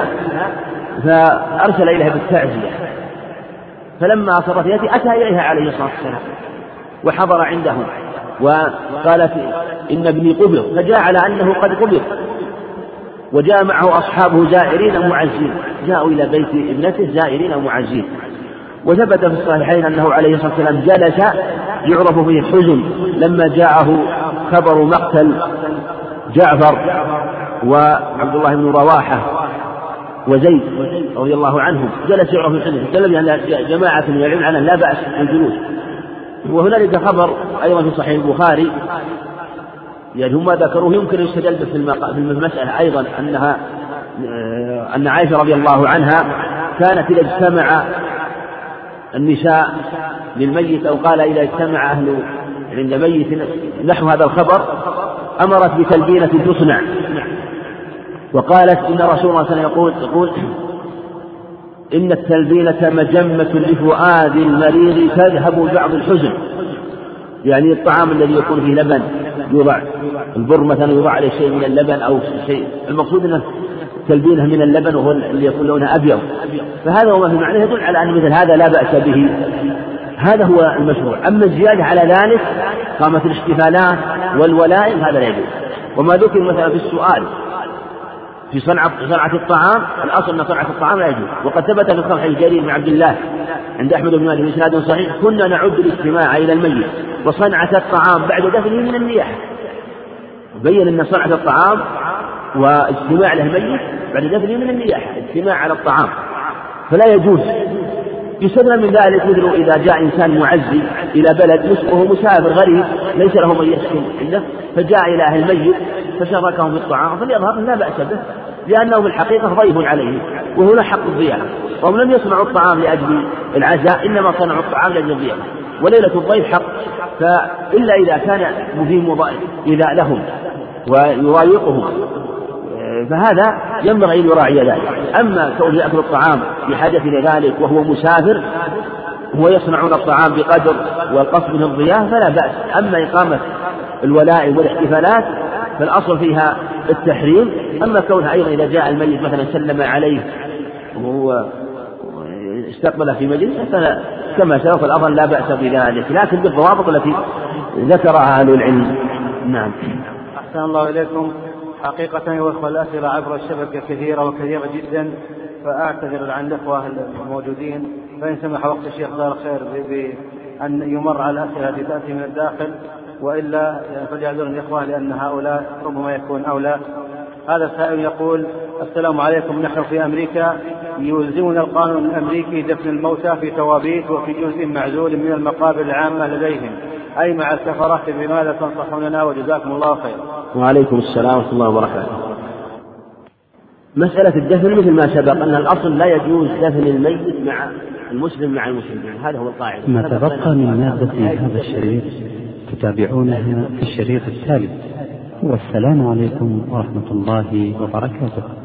فأرسل إليها بالتعزية، فلما أصرت يأتي أتى إليها عليه الصلاة والسلام وحضر عنده وقالت إن ابني قبض، فجاء على أنه قد قبض، وجاء معه أصحابه زائرين معزين، جاءوا إلى بيت ابنته زائرين معزين. وثبت في الصحيحين أنه عليه الصلاة والسلام جلس يعرف به الحزن لما جاءه خبر مقتل جعفر وعبد الله بن رواحة وزيد رضي الله عنهم، جلس يعرف الحزن، تكلم عن جماعة من العلم عنه لا بأس بالجلوس. وهنالك خبر أيضا في صحيح البخاري يعني هم ذكروه يمكن يستدل في المسألة أيضا أنها أن عائشة رضي الله عنها كانت إذا اجتمع النساء للميت أو قال إذا اجتمع أهل عند ميت نحو هذا الخبر أمرت بتلبينة تصنع، وقالت إن رسول الله صلى الله عليه وسلم يقول يقول إن التلبينة مجمة لفؤاد المريض تذهب بعض الحزن، يعني الطعام الذي يكون فيه لبن يوضع البر مثلا يوضع عليه شيء من اللبن أو شيء، المقصود أنه تلبينه من اللبن وهو اللي يكون لونه أبيض، فهذا هو ما في معناه يدل على أن مثل هذا لا بأس به، هذا هو المشروع. أما الزيادة على ذلك قامت الاحتفالات والولائم هذا لا يجوز. وما ذكر مثلا في السؤال في صنعة صنعة الطعام، الأصل أن صنعة الطعام لا يجوز. وقد ثبت في صحيح جرير بن عبد الله عند أحمد بن مالك بإسناد صحيح كنا نعد الاجتماع إلى الميت وصنعة الطعام بعد دفنه من النياحة، بين أن صنعة الطعام واجتماع له الميت بعد دفنه من النياحة اجتماع على الطعام فلا يجوز. يستثنى من ذلك مثل إذا جاء إنسان معزي إلى بلد وهو مسافر غريب ليس له من يسكن عنده فجاء إلى أهل الميت فشاركهم في الطعام فليظهر لا بأس به، لأنه في الحقيقة ضيف عليه وهنا حق الضيافة، وهم لم يصنعوا الطعام لأجل العزاء إنما صنعوا الطعام لأجل الضيافة، وليلة الضيف حق، فإلا إذا كان مفيد إذا لهم ويضايقهم فهذا ينبغي أن يراعي ذلك. أما كون يأكل الطعام بحاجة إلى ذلك وهو مسافر ويصنعون الطعام بقدر والقصد من الضيافة فلا بأس. أما إقامة الولائم والاحتفالات فالأصل فيها التحريم. أما كونها أيضا إذا جاء الميت مثلا سلم عليه وهو استقبله في مجلس كما سلف الأفضل لا بأس بذلك، لكن بالضوابط التي ذكرها أهل العلم. نعم. أحسن الله إليكم. حقيقة أيها الأخوة الأسئلة عبر الشبكة كثيرة وكثيرة جدا، فأعتذر عن الأخوة الموجودين، فإن سمح وقت الشيخ دار خير بأن يمر على الأسئلة التي تأتي من الداخل، وإلا فليعذرن الإخوة لأن هؤلاء ربما يكون أولى. هذا السائل يقول: السلام عليكم، نحن في أمريكا يلزمنا القانون الأمريكي دفن الموتى في توابيت وفي جزء معزول من المقابر العامة لديهم، أي مع السفرات، بماذا تنصحوننا وجزاكم الله خير؟ وعليكم السلام ورحمة الله وبركاته. مسألة الدفن مثل ما سبق أن الأصل لا يجوز دفن الميت مع المسلم مع المسلم، هذا هو القاعدة. ما تبقى من مادة هذا الشريط تتابعونها في الشريط التالي. والسلام عليكم ورحمة الله وبركاته.